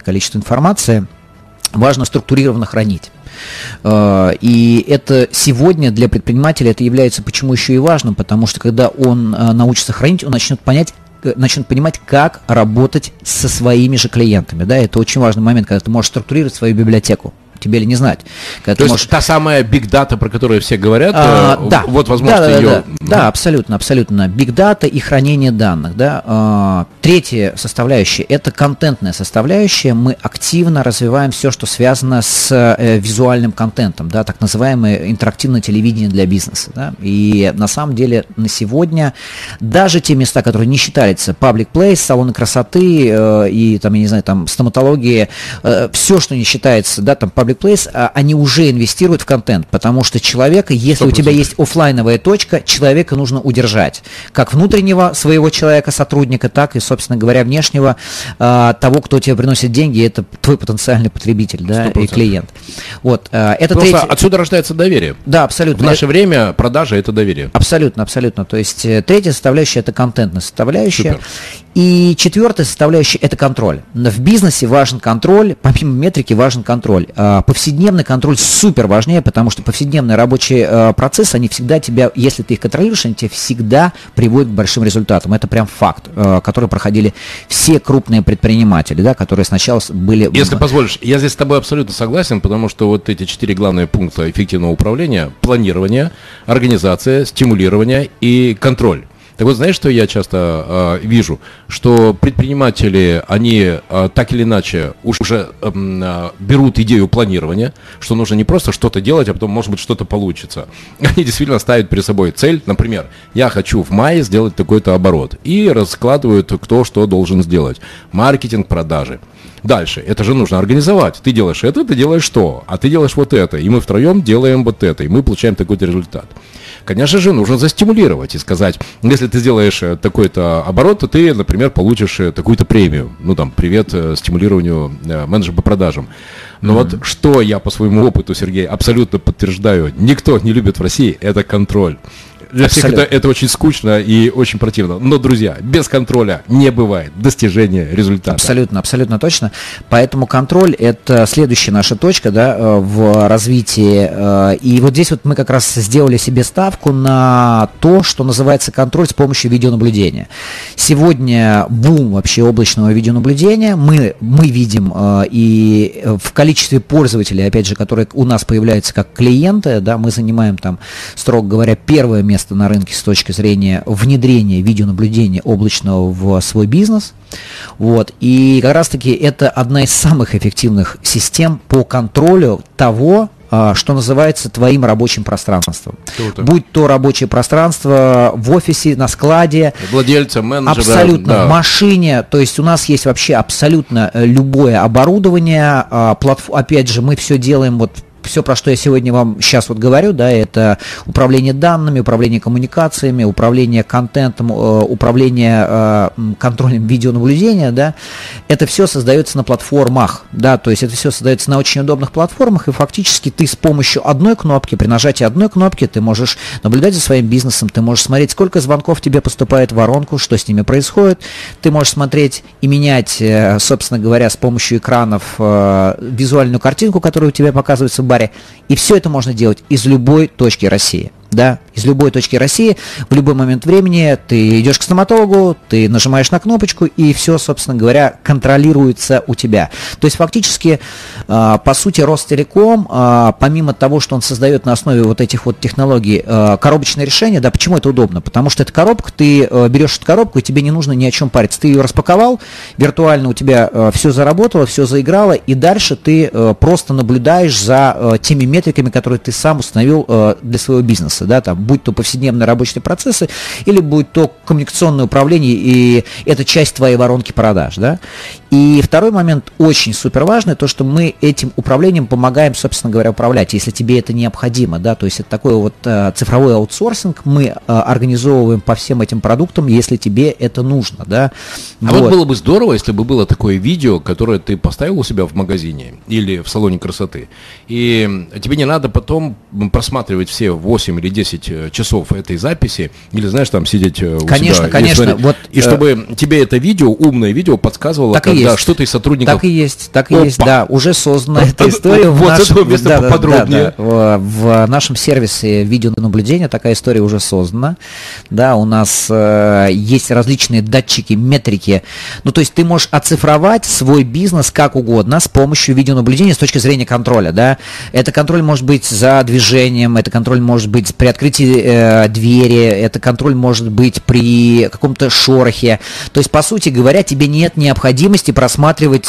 Speaker 2: важно структурированно хранить. И это сегодня для предпринимателя это является почему еще и важным, потому что когда он научится хранить, он начнет понимать, как работать со своими же клиентами. Да? Это очень важный момент, когда ты можешь структурировать свою библиотеку. Тебе ли не знать?
Speaker 1: То есть та самая big data, про которую все говорят,
Speaker 2: да,
Speaker 1: вот возможность ее...
Speaker 2: Да, абсолютно. Big data и хранение данных. Да. Третья составляющая – это контентная составляющая. Мы активно развиваем все, что связано с визуальным контентом, да, так называемое интерактивное телевидение для бизнеса. Да. И на самом деле на сегодня даже те места, которые не считаются public place, салоны красоты и там, я не знаю, там стоматология, все, что не считается, да, там public place, они уже инвестируют в контент, потому что человека, если 100%. У тебя есть офлайновая точка, человека нужно удержать. Как внутреннего своего человека, сотрудника, так и, собственно говоря, внешнего того, кто тебе приносит деньги, это твой потенциальный потребитель, да, и клиент. Вот, это
Speaker 1: просто отсюда рождается доверие.
Speaker 2: Да, абсолютно.
Speaker 1: В наше время продажа – это доверие.
Speaker 2: Абсолютно. То есть третья составляющая – это контентная составляющая. Супер. И четвертая составляющая – это контроль. В бизнесе важен контроль, помимо метрики важен контроль. Повседневный контроль супер важнее, потому что повседневные рабочие процессы, они всегда тебя, если ты их контролируешь, они тебя всегда приводят к большим результатам. Это прям факт, который проходили все крупные предприниматели, да, которые сначала были...
Speaker 1: Если позволишь, я здесь с тобой абсолютно согласен, потому что вот эти 4 главные пункта эффективного управления – планирование, организация, стимулирование и контроль. Так вот, знаешь, что я часто вижу? Что предприниматели, они так или иначе уже берут идею планирования, что нужно не просто что-то делать, а потом, может быть, что-то получится. Они действительно ставят перед собой цель, например, я хочу в мае сделать такой-то оборот, и раскладывают, кто что должен сделать. Маркетинг, продажи. Дальше, это же нужно организовать. Ты делаешь это, ты делаешь то, а ты делаешь вот это, и мы втроем делаем вот это, и мы получаем такой-то результат. Конечно же, нужно застимулировать и сказать, если ты сделаешь такой-то оборот, то ты, например, получишь такую-то премию. Ну, там, привет стимулированию менеджера по продажам. Но вот что я по своему опыту, Сергей, абсолютно подтверждаю, никто не любит в России, это контроль. Для всех это очень скучно и очень противно. Но, друзья, без контроля не бывает достижения результата.
Speaker 2: Абсолютно точно. Поэтому контроль – это следующая наша точка, да, в развитии. И вот здесь вот мы как раз сделали себе ставку на то, что называется контроль с помощью видеонаблюдения. Сегодня бум вообще облачного видеонаблюдения. Мы видим и в количестве пользователей, опять же, которые у нас появляются как клиенты, да, мы занимаем там, строго говоря, первое место на рынке с точки зрения внедрения видеонаблюдения облачного в свой бизнес. Вот. И как раз-таки это одна из самых эффективных систем по контролю того, что называется твоим рабочим пространством. Круто. Будь то рабочее пространство в офисе, на складе,
Speaker 1: владельца, менеджера,
Speaker 2: абсолютно, да. В машине, то есть у нас есть вообще абсолютно любое оборудование, опять же, мы все делаем вот все, про что я сегодня вам сейчас вот говорю, да, это управление данными, управление коммуникациями, управление контентом, управление контролем видеонаблюдения, да, это все создается на платформах, да, то есть это все создается на очень удобных платформах, и фактически ты с помощью одной кнопки, при нажатии одной кнопки ты можешь наблюдать за своим бизнесом, ты можешь смотреть, сколько звонков тебе поступает в воронку, что с ними происходит, ты можешь смотреть и менять, собственно говоря, с помощью экранов визуальную картинку, которая у тебя показывается в баре, и все это можно делать из любой точки России. Да, из любой точки России, в любой момент времени ты идешь к стоматологу, ты нажимаешь на кнопочку, и все, собственно говоря, контролируется у тебя. То есть фактически, по сути, Ростелеком, помимо того, что он создает на основе вот этих вот технологий коробочное решение, да, почему это удобно? Потому что эта коробка, ты берешь эту коробку, и тебе не нужно ни о чем париться. Ты ее распаковал, виртуально у тебя все заработало, все заиграло, и дальше ты просто наблюдаешь за теми метриками, которые ты сам установил для своего бизнеса. Да, там, будь то повседневные рабочие процессы, или будь то коммуникационное управление, и это часть твоей воронки продаж. Да? И второй момент очень супер важный, то, что мы этим управлением помогаем, собственно говоря, управлять, если тебе это необходимо. Да? То есть это такой вот цифровой аутсорсинг мы организовываем по всем этим продуктам, если тебе это нужно. Да?
Speaker 1: Вот было бы здорово, если бы было такое видео, которое ты поставил у себя в магазине или в салоне красоты, и тебе не надо потом просматривать все 8 или 10 часов этой записи, или, знаешь, там сидеть у себя.
Speaker 2: Конечно.
Speaker 1: Вот, и чтобы тебе это видео, умное видео подсказывало, так когда что-то из сотрудников...
Speaker 2: Так и есть, да, уже создана эта история.
Speaker 1: Вот с этого места поподробнее.
Speaker 2: В нашем сервисе видеонаблюдения такая история уже создана. Да, у нас есть различные датчики, метрики. Ну, то есть ты можешь оцифровать свой бизнес как угодно с помощью видеонаблюдения с точки зрения контроля, да. Это контроль может быть за движением, это контроль может быть при открытии двери, это контроль может быть при каком-то шорохе. То есть, по сути говоря, тебе нет необходимости просматривать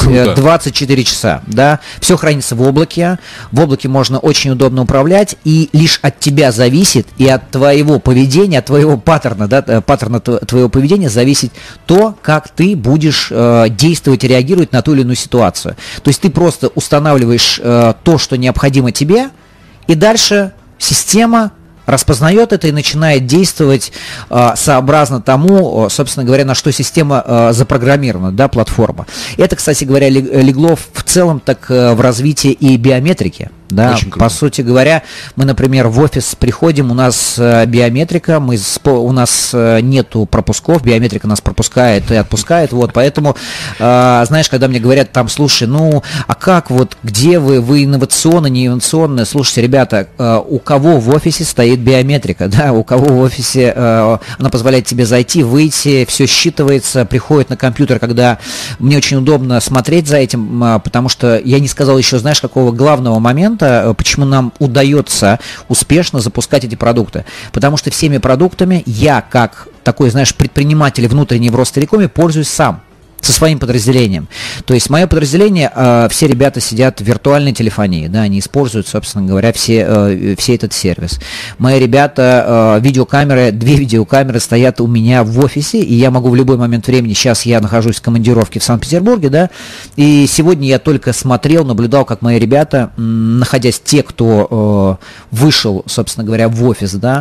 Speaker 2: 24 часа. Да? Все хранится в облаке. В облаке можно очень удобно управлять, и лишь от тебя зависит, и от твоего поведения, от твоего паттерна, да, паттерна твоего поведения зависит то, как ты будешь действовать и реагировать на ту или иную ситуацию. То есть ты просто устанавливаешь то, что необходимо тебе, и дальше система распознает это и начинает действовать сообразно тому, собственно говоря, на что система запрограммирована, да, платформа. Это, кстати говоря, легло в целом так в развитии и биометрики. Да, по сути говоря, мы, например, в офис приходим, у нас биометрика, у нас нету пропусков, биометрика нас пропускает и отпускает, вот, поэтому, знаешь, когда мне говорят там, слушай, ну, а как, вот, где вы инновационные, не инновационные, слушайте, ребята, у кого в офисе стоит биометрика, да, у кого в офисе она позволяет тебе зайти, выйти, все считывается, приходит на компьютер, когда мне очень удобно смотреть за этим, потому что я не сказал еще, знаешь, какого главного момента, почему нам удается успешно запускать эти продукты. Потому что всеми продуктами я, как такой, знаешь, предприниматель внутренний в Ростелекоме, пользуюсь сам. Со своим подразделением. То есть мое подразделение, все ребята сидят в виртуальной телефонии, да, они используют, собственно говоря, все этот сервис. Мои ребята, видеокамеры, 2 видеокамеры стоят у меня в офисе, и я могу в любой момент времени, сейчас я нахожусь в командировке в Санкт-Петербурге, да, и сегодня я только смотрел, наблюдал, как мои ребята, находясь те, кто вышел, собственно говоря, в офис, да,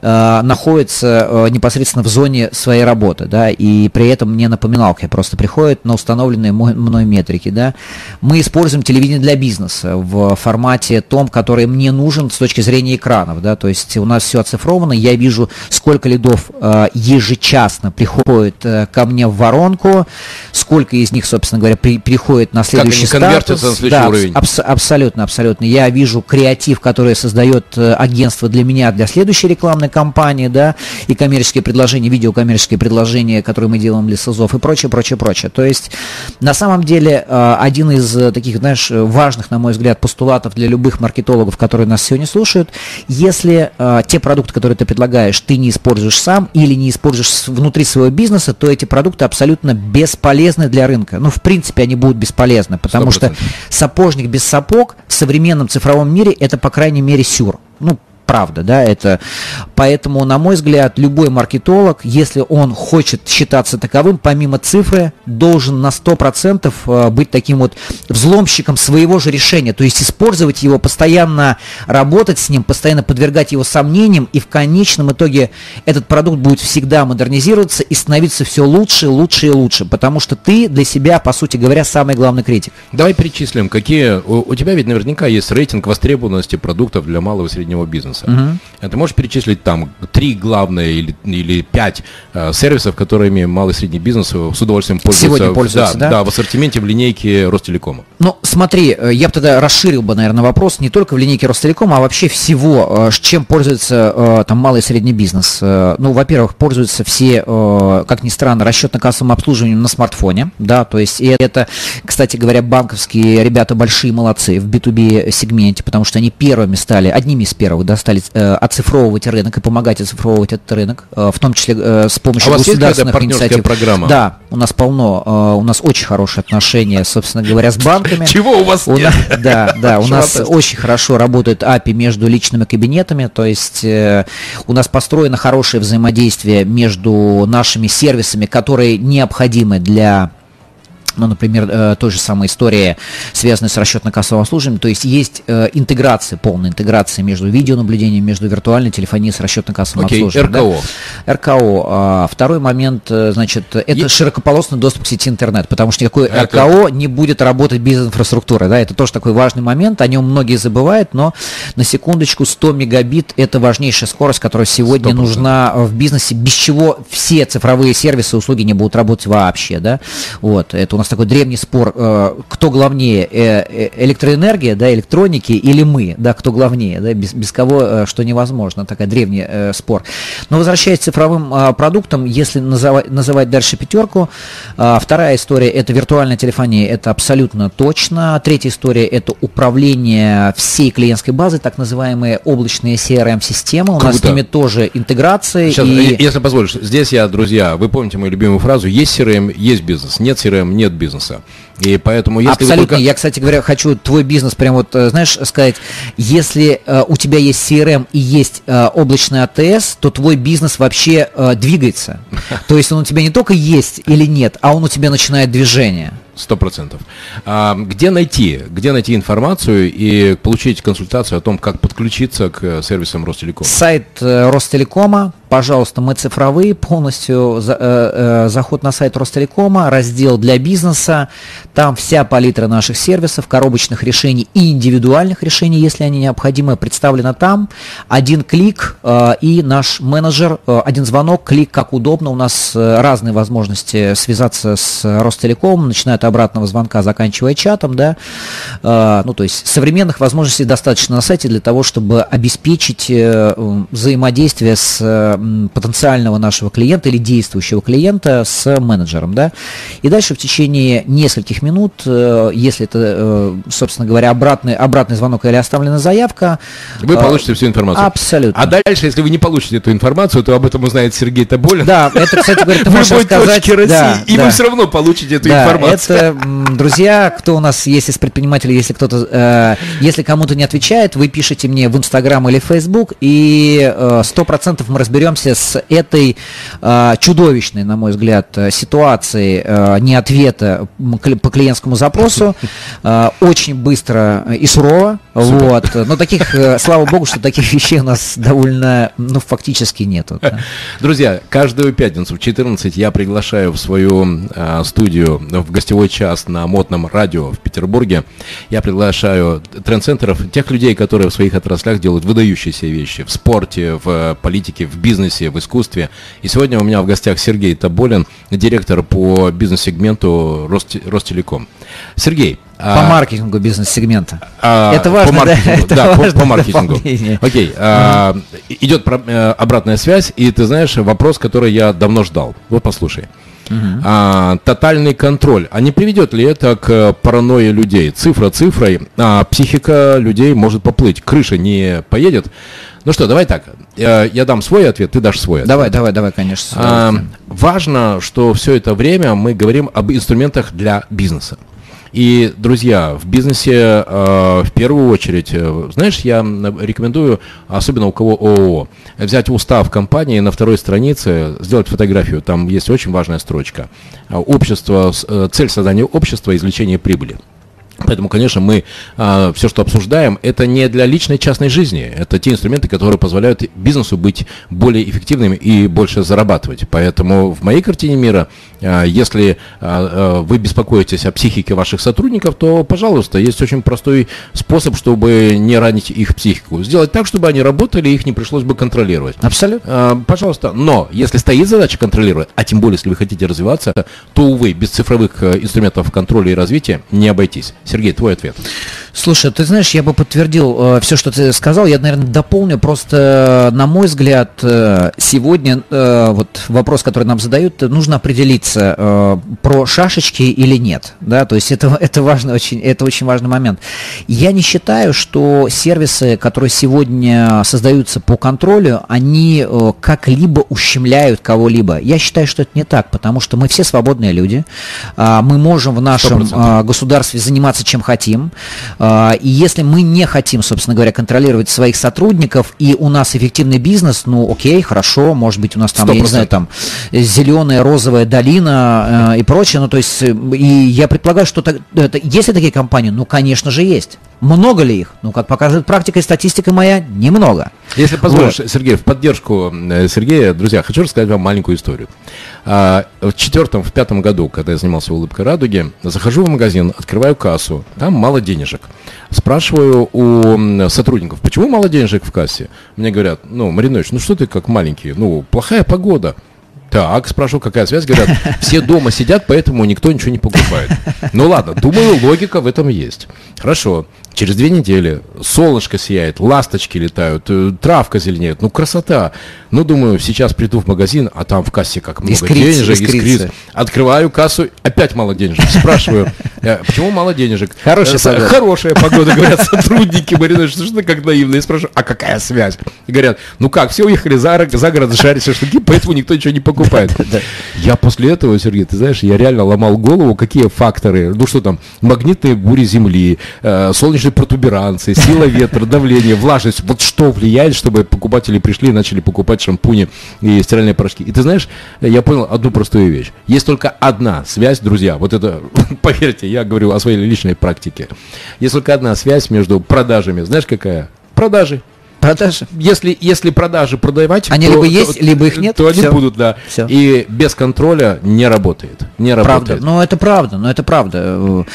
Speaker 2: находятся непосредственно в зоне своей работы, да, и при этом мне напоминалка, я просто приходит на установленные мной метрики. Да. Мы используем телевидение для бизнеса в формате том, который мне нужен с точки зрения экранов. Да. То есть у нас все оцифровано, я вижу, сколько лидов ежечасно приходит ко мне в воронку, сколько из них, собственно говоря, переходит на следующий статус. Как они конвертятся на следующий уровень. Абсолютно. Я вижу креатив, который создает агентство для меня, для следующей рекламной кампании, да, и коммерческие предложения, видеокоммерческие предложения, которые мы делаем для СИЗОВ и прочее. То есть, на самом деле, один из таких, знаешь, важных, на мой взгляд, постулатов для любых маркетологов, которые нас сегодня слушают, если те продукты, которые ты предлагаешь, ты не используешь сам или не используешь внутри своего бизнеса, то эти продукты абсолютно бесполезны для рынка. Ну, в принципе, они будут бесполезны, потому 100%. Что сапожник без сапог в современном цифровом мире это, по крайней мере, сюр. Ну, правда, да, это, поэтому, на мой взгляд, любой маркетолог, если он хочет считаться таковым, помимо цифры, должен на 100% быть таким вот взломщиком своего же решения, то есть использовать его, постоянно работать с ним, постоянно подвергать его сомнениям, и в конечном итоге этот продукт будет всегда модернизироваться и становиться все лучше, лучше и лучше, потому что ты для себя, по сути говоря, самый главный критик.
Speaker 1: Давай перечислим, какие, у тебя ведь наверняка есть рейтинг востребованности продуктов для малого и среднего бизнеса. Ты можешь перечислить там 3 главные или 5 сервисов, которыми малый и средний бизнес с удовольствием пользуется.
Speaker 2: Сегодня пользуется, да?
Speaker 1: Да, в ассортименте в линейке Ростелекома.
Speaker 2: Ну, смотри, я бы тогда расширил бы, наверное, вопрос не только в линейке Ростелекома, а вообще всего, чем пользуется там малый и средний бизнес. Ну, во-первых, пользуются все, как ни странно, расчетно-кассовым обслуживанием на смартфоне, да, то есть это, кстати говоря, банковские ребята большие молодцы в B2B сегменте, потому что они первыми стали, одними из первых, да, стали оцифровывать рынок и помогать оцифровывать этот рынок, в том числе с помощью государственных инициатив.
Speaker 1: Программа?
Speaker 2: Да, у нас полно, у нас очень хорошие отношения, собственно говоря, с банками.
Speaker 1: Чего у вас нет?
Speaker 2: Да, у нас очень хорошо работает API между личными кабинетами, то есть у нас построено хорошее взаимодействие между нашими сервисами, которые необходимы для... Ну, например, той же самой истории, связанной с расчетно-кассовым обслуживанием, то есть есть интеграция, полная интеграция между видеонаблюдением, между виртуальной телефонией с расчетно-кассовым обслуживанием.
Speaker 1: РКО.
Speaker 2: Да? РКО. Второй момент, значит, это широкополосный доступ к сети интернет, потому что никакой РКО не будет работать без инфраструктуры, да, это тоже такой важный момент, о нем многие забывают, но на секундочку 100 мегабит – это важнейшая скорость, которая сегодня 100%. Нужна в бизнесе, без чего все цифровые сервисы, услуги не будут работать вообще, да, вот, это у нас такой древний спор, кто главнее, электроэнергия, да, электроники или мы, да, кто главнее, да, без кого что невозможно, такой древний спор. Но возвращаясь к цифровым продуктам, если называть дальше пятерку, вторая история – это виртуальная телефония, это абсолютно точно. Третья история – это управление всей клиентской базой, так называемые облачные CRM-системы, у нас с ними тоже интеграции.
Speaker 1: Сейчас, если позволишь, здесь я, друзья, вы помните мою любимую фразу: есть CRM, есть бизнес, нет CRM, нет бизнеса. И поэтому, если
Speaker 2: абсолютно.
Speaker 1: только...
Speaker 2: Я, кстати говоря, хочу твой бизнес прям вот, знаешь, сказать, если у тебя есть CRM и есть облачный АТС, то твой бизнес вообще двигается. То есть он у тебя не только есть или нет, а он у тебя начинает движение.
Speaker 1: 100%. Где найти информацию и получить консультацию о том, как подключиться к сервисам Ростелекома?
Speaker 2: Сайт Ростелекома, пожалуйста, мы цифровые, полностью заход на сайт Ростелекома, раздел для бизнеса, там вся палитра наших сервисов, коробочных решений и индивидуальных решений, если они необходимы, представлена там. Один клик и наш менеджер, один звонок, клик, как удобно. У нас разные возможности связаться с Ростелекомом, начиная от обратного звонка, заканчивая чатом, да, ну, то есть современных возможностей достаточно на сайте для того, чтобы обеспечить взаимодействие с потенциального нашего клиента или действующего клиента с менеджером, да, и дальше в течение нескольких минут, если это, собственно говоря, обратный звонок или оставлена заявка,
Speaker 1: вы получите всю информацию.
Speaker 2: Абсолютно.
Speaker 1: А дальше, если вы не получите эту информацию, то об этом узнает Сергей Тоболин.
Speaker 2: Да, это, кстати говоря, ты можешь рассказать.
Speaker 1: Да, и вы все равно получите эту информацию.
Speaker 2: Это, друзья, кто у нас есть из предпринимателей, если кто-то, если кому-то не отвечает, вы пишите мне в Инстаграм или Фейсбук, и 100% мы разберемся с этой чудовищной, на мой взгляд, ситуацией не ответа по клиентскому запросу, очень быстро и сурово, вот, но таких, слава богу, что таких вещей у нас довольно, ну, фактически нету. Да.
Speaker 1: Друзья, каждую пятницу в 14 я приглашаю в свою студию в гостевой час на модном радио в Петербурге. Я приглашаю трендцентеров, тех людей, которые в своих отраслях делают выдающиеся вещи в спорте, в политике, в бизнесе, в искусстве. И сегодня у меня в гостях Сергей Тоболин, директор по бизнес-сегменту Ростелеком. Сергей.
Speaker 2: По маркетингу бизнес-сегмента. Это важно,
Speaker 1: по маркетингу,
Speaker 2: да? Это
Speaker 1: по маркетингу. Окей. Идет обратная связь, и ты знаешь, вопрос, который я давно ждал. Вот послушай. Тотальный контроль. А не приведет ли это к паранойе людей? Цифра цифрой, а психика людей может поплыть. Крыша не поедет. Ну что, давай так. Я дам свой ответ, ты дашь свой ответ.
Speaker 2: Давай, конечно.
Speaker 1: Важно, что все это время мы говорим об инструментах для бизнеса. И, друзья, в бизнесе в первую очередь, знаешь, я рекомендую, особенно у кого ООО, взять устав компании, на второй странице сделать фотографию, там есть очень важная строчка. Общество, цель создания общества – извлечение прибыли. Поэтому, конечно, мы все, что обсуждаем, это не для личной частной жизни. Это те инструменты, которые позволяют бизнесу быть более эффективным и больше зарабатывать. Поэтому в моей картине мира, если вы беспокоитесь о психике ваших сотрудников, то, пожалуйста, есть очень простой способ, чтобы не ранить их психику. Сделать так, чтобы они работали, их не пришлось бы контролировать.
Speaker 2: Абсолютно.
Speaker 1: Пожалуйста. Но если стоит задача контролировать, а тем более, если вы хотите развиваться, то, увы, без цифровых инструментов контроля и развития не обойтись. Сергей, твой ответ.
Speaker 2: Слушай, ты знаешь, я бы подтвердил все, что ты сказал. Я, наверное, дополню. Просто, на мой взгляд, сегодня вот вопрос, который нам задают, нужно определиться, про шашечки или нет. Да? То есть это важно, это очень важный момент. Я не считаю, что сервисы, которые сегодня создаются по контролю, они как-либо ущемляют кого-либо. Я считаю, что это не так, потому что мы все свободные люди. Мы можем в нашем 100%. Государстве заниматься чем хотим. И если мы не хотим, собственно говоря, контролировать своих сотрудников, и у нас эффективный бизнес, ну окей, хорошо, может быть у нас там, 100%. Я не знаю, там зеленая, розовая долина и прочее, ну то есть, и я предполагаю, что есть ли такие компании? Ну, конечно же, есть. Много ли их? Ну, как показывает практика и статистика моя, немного.
Speaker 1: Если позволишь, вот. Сергей, в поддержку Сергея, друзья, хочу рассказать вам маленькую историю. В 4-5 году, когда я занимался «Улыбкой радуги», захожу в магазин, открываю кассу, там мало денежек. Спрашиваю у сотрудников, почему мало денежек в кассе? Мне говорят, Маринович, что ты как маленький, плохая погода. Так, спрашиваю, какая связь? Говорят, все дома сидят, поэтому никто ничего не покупает. Ну ладно, думаю, логика в этом есть. Хорошо, через 2 недели солнышко сияет, ласточки летают, травка зеленеет, красота. Думаю, сейчас приду в магазин, а там в кассе как много денежек, искрится. Открываю кассу, опять мало денежек. Спрашиваю, почему мало денежек? Хорошая погода, говорят сотрудники. Марина, что ты как наивно? Я спрашиваю, а какая связь? И говорят, все уехали за город жарить шашлыки, поэтому никто ничего не покупает. Я после этого, Сергей, ты знаешь, я реально ломал голову, какие факторы, магнитные бури земли, солнечные протуберанции, сила ветра, давление, влажность, вот что влияет, чтобы покупатели пришли и начали покупать шампуни и стиральные порошки. И ты знаешь, я понял одну простую вещь. Есть только одна связь, друзья, вот это, поверьте, я говорю о своей личной практике. Есть только одна связь между продажами. Знаешь, какая? Продажи.
Speaker 2: Продажи.
Speaker 1: Если продажи продавать,
Speaker 2: они либо есть, либо их нет,
Speaker 1: то они будут, да. Все. И без контроля не работает.
Speaker 2: Правда. Но это правда.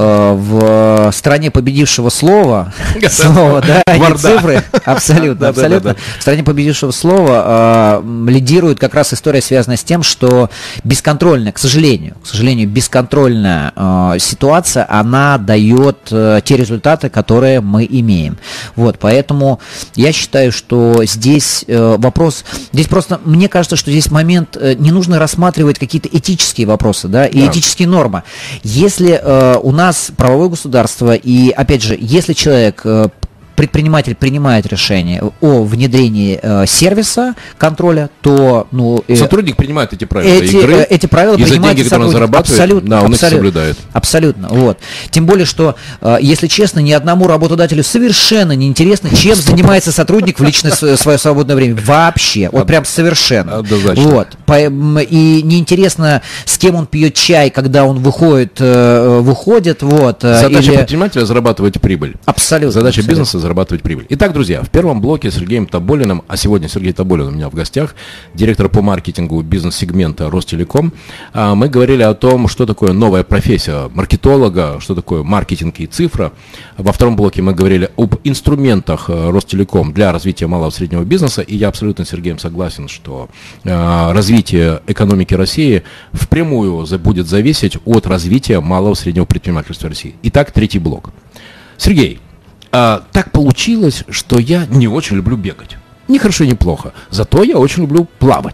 Speaker 2: В стране победившего слова, да, и цифры, абсолютно. В стране победившего слова лидирует как раз история, связанная с тем, что бесконтрольная, к сожалению, бесконтрольная ситуация, она дает те результаты, которые мы имеем. Вот, поэтому я считаю, что здесь вопрос, здесь просто, мне кажется, что здесь момент, не нужно рассматривать какие-то этические вопросы, да, и этические нормы. Если у нас правовое государство, и, опять же, если человек... предприниматель принимает решение о внедрении сервиса контроля, то...
Speaker 1: сотрудник принимает эти правила игры.
Speaker 2: Эти правила принимает
Speaker 1: деньги, которые он зарабатывает,
Speaker 2: абсолютно,
Speaker 1: он их соблюдает.
Speaker 2: Абсолютно, вот. Тем более, что, если честно, ни одному работодателю совершенно не интересно, чем занимается сотрудник в личное свое свободное время. Вообще. Вот прям совершенно. Вот. И неинтересно, с кем он пьет чай, когда он выходит. Вот.
Speaker 1: Задача предпринимателя зарабатывать прибыль.
Speaker 2: Абсолютно.
Speaker 1: Задача бизнеса зарабатывать прибыль. Итак, друзья, в первом блоке с Сергеем Тоболиным, а сегодня Сергей Тоболин у меня в гостях, директор по маркетингу бизнес-сегмента Ростелеком, мы говорили о том, что такое новая профессия маркетолога, что такое маркетинг и цифра. Во втором блоке мы говорили об инструментах Ростелеком для развития малого и среднего бизнеса, и я абсолютно с Сергеем согласен, что развитие экономики России впрямую будет зависеть от развития малого и среднего предпринимательства России. Итак, третий блок. Сергей, так получилось, что я не очень люблю бегать. Ни хорошо, ни плохо. Зато я очень люблю плавать.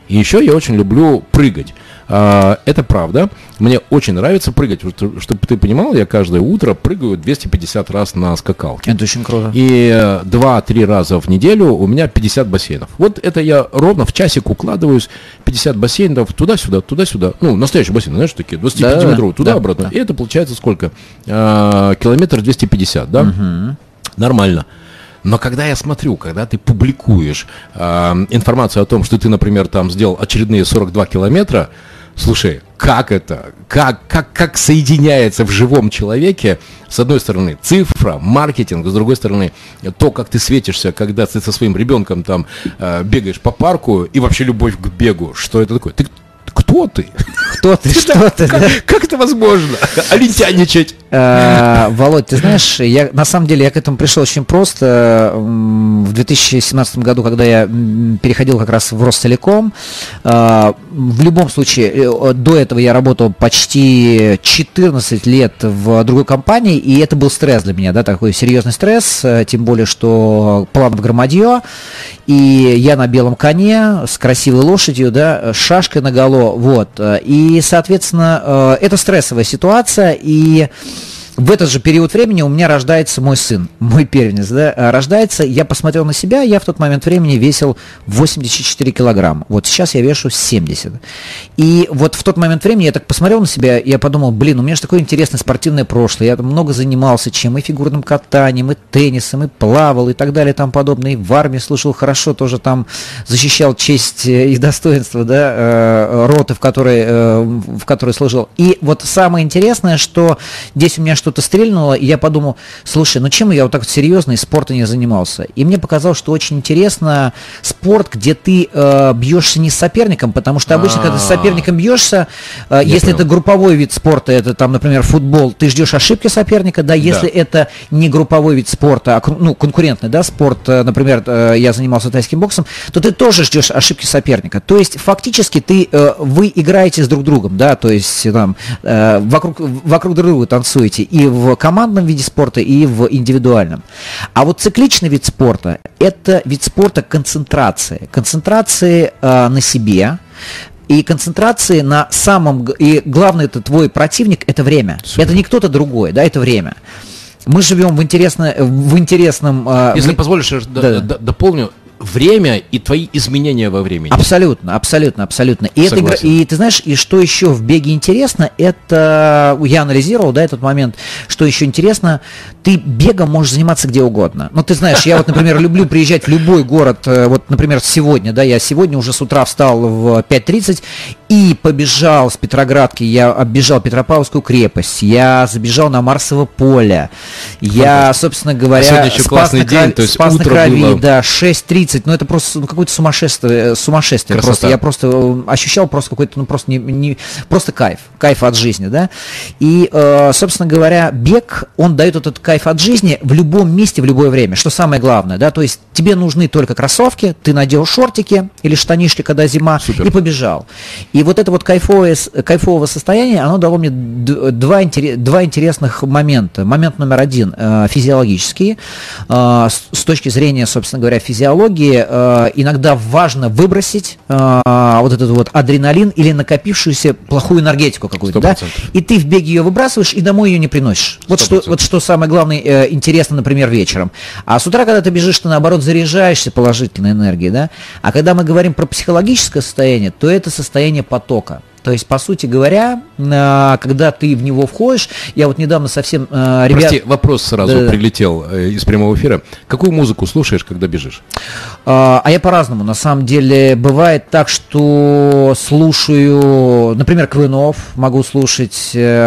Speaker 1: И еще я очень люблю прыгать. Это правда. Мне очень нравится прыгать. Чтобы ты понимал, я каждое утро прыгаю 250 раз на скакалке.
Speaker 2: Это очень круто.
Speaker 1: И 2-3 раза в неделю у меня 50 бассейнов. Вот это я ровно в часик укладываюсь. 50 бассейнов туда-сюда, туда-сюда. Ну, настоящий бассейн, знаешь, такие 25-метровые, туда-обратно. И это получается сколько? Километр 250, да?
Speaker 2: Угу.
Speaker 1: Нормально. Но когда я смотрю, когда ты публикуешь информацию о том, что ты, например, там сделал очередные 42 километра, слушай, как это? Как соединяется в живом человеке, с одной стороны, цифра, маркетинг, с другой стороны, то, как ты светишься, когда ты со своим ребенком там бегаешь по парку, и вообще любовь к бегу. Что это такое? Кто ты?
Speaker 2: Кто ты? Что ты?
Speaker 1: Как это возможно? Олимпиадничать?
Speaker 2: Володь, ты знаешь, на самом деле я к этому пришел очень просто. В 2017 году, когда я переходил как раз в Ростелеком, в любом случае, до этого я работал почти 14 лет в другой компании, и это был стресс для меня, да, такой серьезный стресс, тем более, что план в громадье, и я на белом коне с красивой лошадью, да, с шашкой наголо, вот, и, соответственно, это стрессовая ситуация, и в этот же период времени у меня рождается мой сын, мой первенец, да, рождается, я посмотрел на себя, я в тот момент времени весил 84 килограмма, вот сейчас я вешу 70, и вот в тот момент времени я так посмотрел на себя, и я подумал, блин, у меня же такое интересное спортивное прошлое, я там много занимался чем, и фигурным катанием, и теннисом, и плавал, и так далее, и тому подобное, и в армии служил хорошо, тоже там защищал честь и достоинство, да, роты, в которой служил, и вот самое интересное, что здесь у меня что-то стрельнуло, и я подумал, слушай, ну чем я вот так вот серьезно из спорта не занимался? И мне показалось, что очень интересно спорт, где ты бьешься не с соперником, потому что обычно, когда с соперником бьешься, если это групповой вид спорта, это там, например, футбол, ты ждешь ошибки соперника, да, если это не групповой вид спорта, а ну, конкурентный, да, спорт, например, я занимался тайским боксом, то ты тоже ждешь ошибки соперника. То есть фактически вы играете с друг другом, да, то есть там вокруг друг друга танцуете и в командном виде спорта, и в индивидуальном. А вот цикличный вид спорта – это вид спорта концентрации на себе, и концентрации на самом... И главное, это твой противник – это время. Супер. Это не кто-то другой, да, это время. Мы живем в интересном...
Speaker 1: Если позволишь, дополню. Время и твои изменения во времени.
Speaker 2: Абсолютно. И ты знаешь, и что еще в беге интересно, это я анализировал, да, этот момент, что еще интересно, ты бегом можешь заниматься где угодно. Ну, ты знаешь, я вот, например, люблю приезжать в любой город, вот, например, сегодня, да, я сегодня уже с утра встал в 5:30 и побежал с Петроградки, я оббежал Петропавловскую крепость, я забежал на Марсово поле, я, собственно говоря,
Speaker 1: сегодня еще классный день, то есть
Speaker 2: спас на крови,
Speaker 1: было...
Speaker 2: да, 6:30, ну это просто какое-то сумасшествие. Просто, я просто ощущал просто какой-то, ну просто просто кайф от жизни, да. И, собственно говоря, бег, он дает этот кайф от жизни в любом месте, в любое время, что самое главное, да, то есть тебе нужны только кроссовки, ты надел шортики или штанишки, когда зима, Супер. И побежал. И вот это вот кайфовое состояние, оно дало мне два интересных момента. Момент номер один физиологический, с точки зрения, собственно говоря, физиологии, иногда важно выбросить вот этот вот адреналин или накопившуюся плохую энергетику какую-то, 100%. Да? И ты в беге ее выбрасываешь и домой ее не приносишь. Вот что самое главное интересно, например, вечером. А с утра, когда ты бежишь, ты наоборот заряжаешься положительной энергией, да? А когда мы говорим про психологическое состояние, то это состояние потока. То есть, по сути говоря, когда ты в него входишь, я вот недавно совсем...
Speaker 1: Прости, вопрос сразу прилетел из прямого эфира. Какую музыку слушаешь, когда бежишь?
Speaker 2: А я по-разному. На самом деле, бывает так, что слушаю, например, Квинов, могу слушать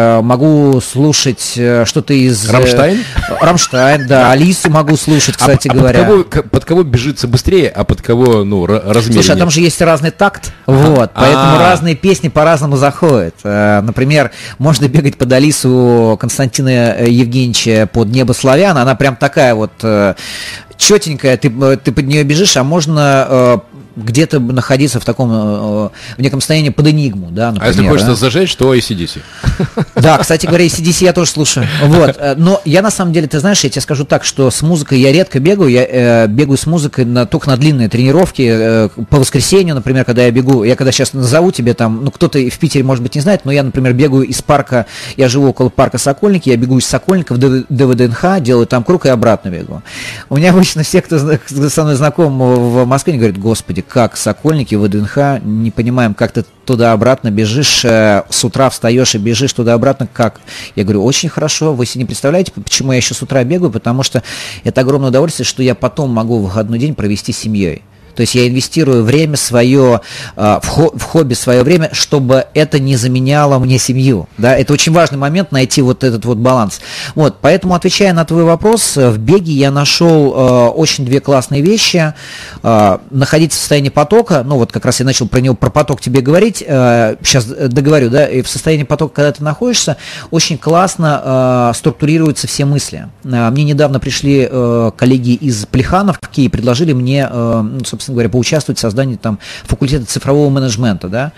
Speaker 2: что-то из...
Speaker 1: Рамштайн?
Speaker 2: Рамштайн, да. Алису могу слушать, кстати говоря.
Speaker 1: Под кого бежится быстрее, а под кого, размереннее?
Speaker 2: Слушай, а там же есть разный такт, вот, поэтому разные песни по-разному заходят. Например, можно бегать под Алису Константина Евгеньевича «Под небо славян». Она прям такая вот четенькая, ты под нее бежишь, а можно где-то находиться в таком, в неком состоянии под энигму, да, например.
Speaker 1: А если хочется зажечь, то AC/DC.
Speaker 2: Да, кстати говоря, AC/DC я тоже слушаю. Вот. Но я на самом деле, ты знаешь, я тебе скажу так, что с музыкой я редко бегаю, я бегаю с музыкой только на длинные тренировки. По воскресенью, например, когда я бегу, я когда сейчас назову тебе там, ну кто-то в Питере, может быть, не знает, но я, например, бегаю из парка, я живу около парка Сокольники, я бегу из Сокольников до ВДНХ, делаю там круг и обратно бегу. У меня обычно все, кто со мной знаком в Москве, они говорят: господи, как Сокольники, ВДНХ, не понимаем, как ты туда-обратно бежишь, с утра встаешь и бежишь туда-обратно, как? Я говорю: очень хорошо, вы себе не представляете, почему я еще с утра бегаю, потому что это огромное удовольствие, что я потом могу выходной день провести с семьей. То есть я инвестирую время свое, в хобби свое время, чтобы это не заменяло мне семью. Да? Это очень важный момент, найти вот этот вот баланс. Вот, поэтому, отвечая на твой вопрос, в беге я нашел очень две классные вещи. Находиться в состоянии потока, ну вот как раз я начал про поток тебе говорить, сейчас договорю, да, и в состоянии потока, когда ты находишься, очень классно структурируются все мысли. Мне недавно пришли коллеги из Плехановки и предложили мне, собственно говоря, поучаствовать в создании там факультета цифрового менеджмента, да,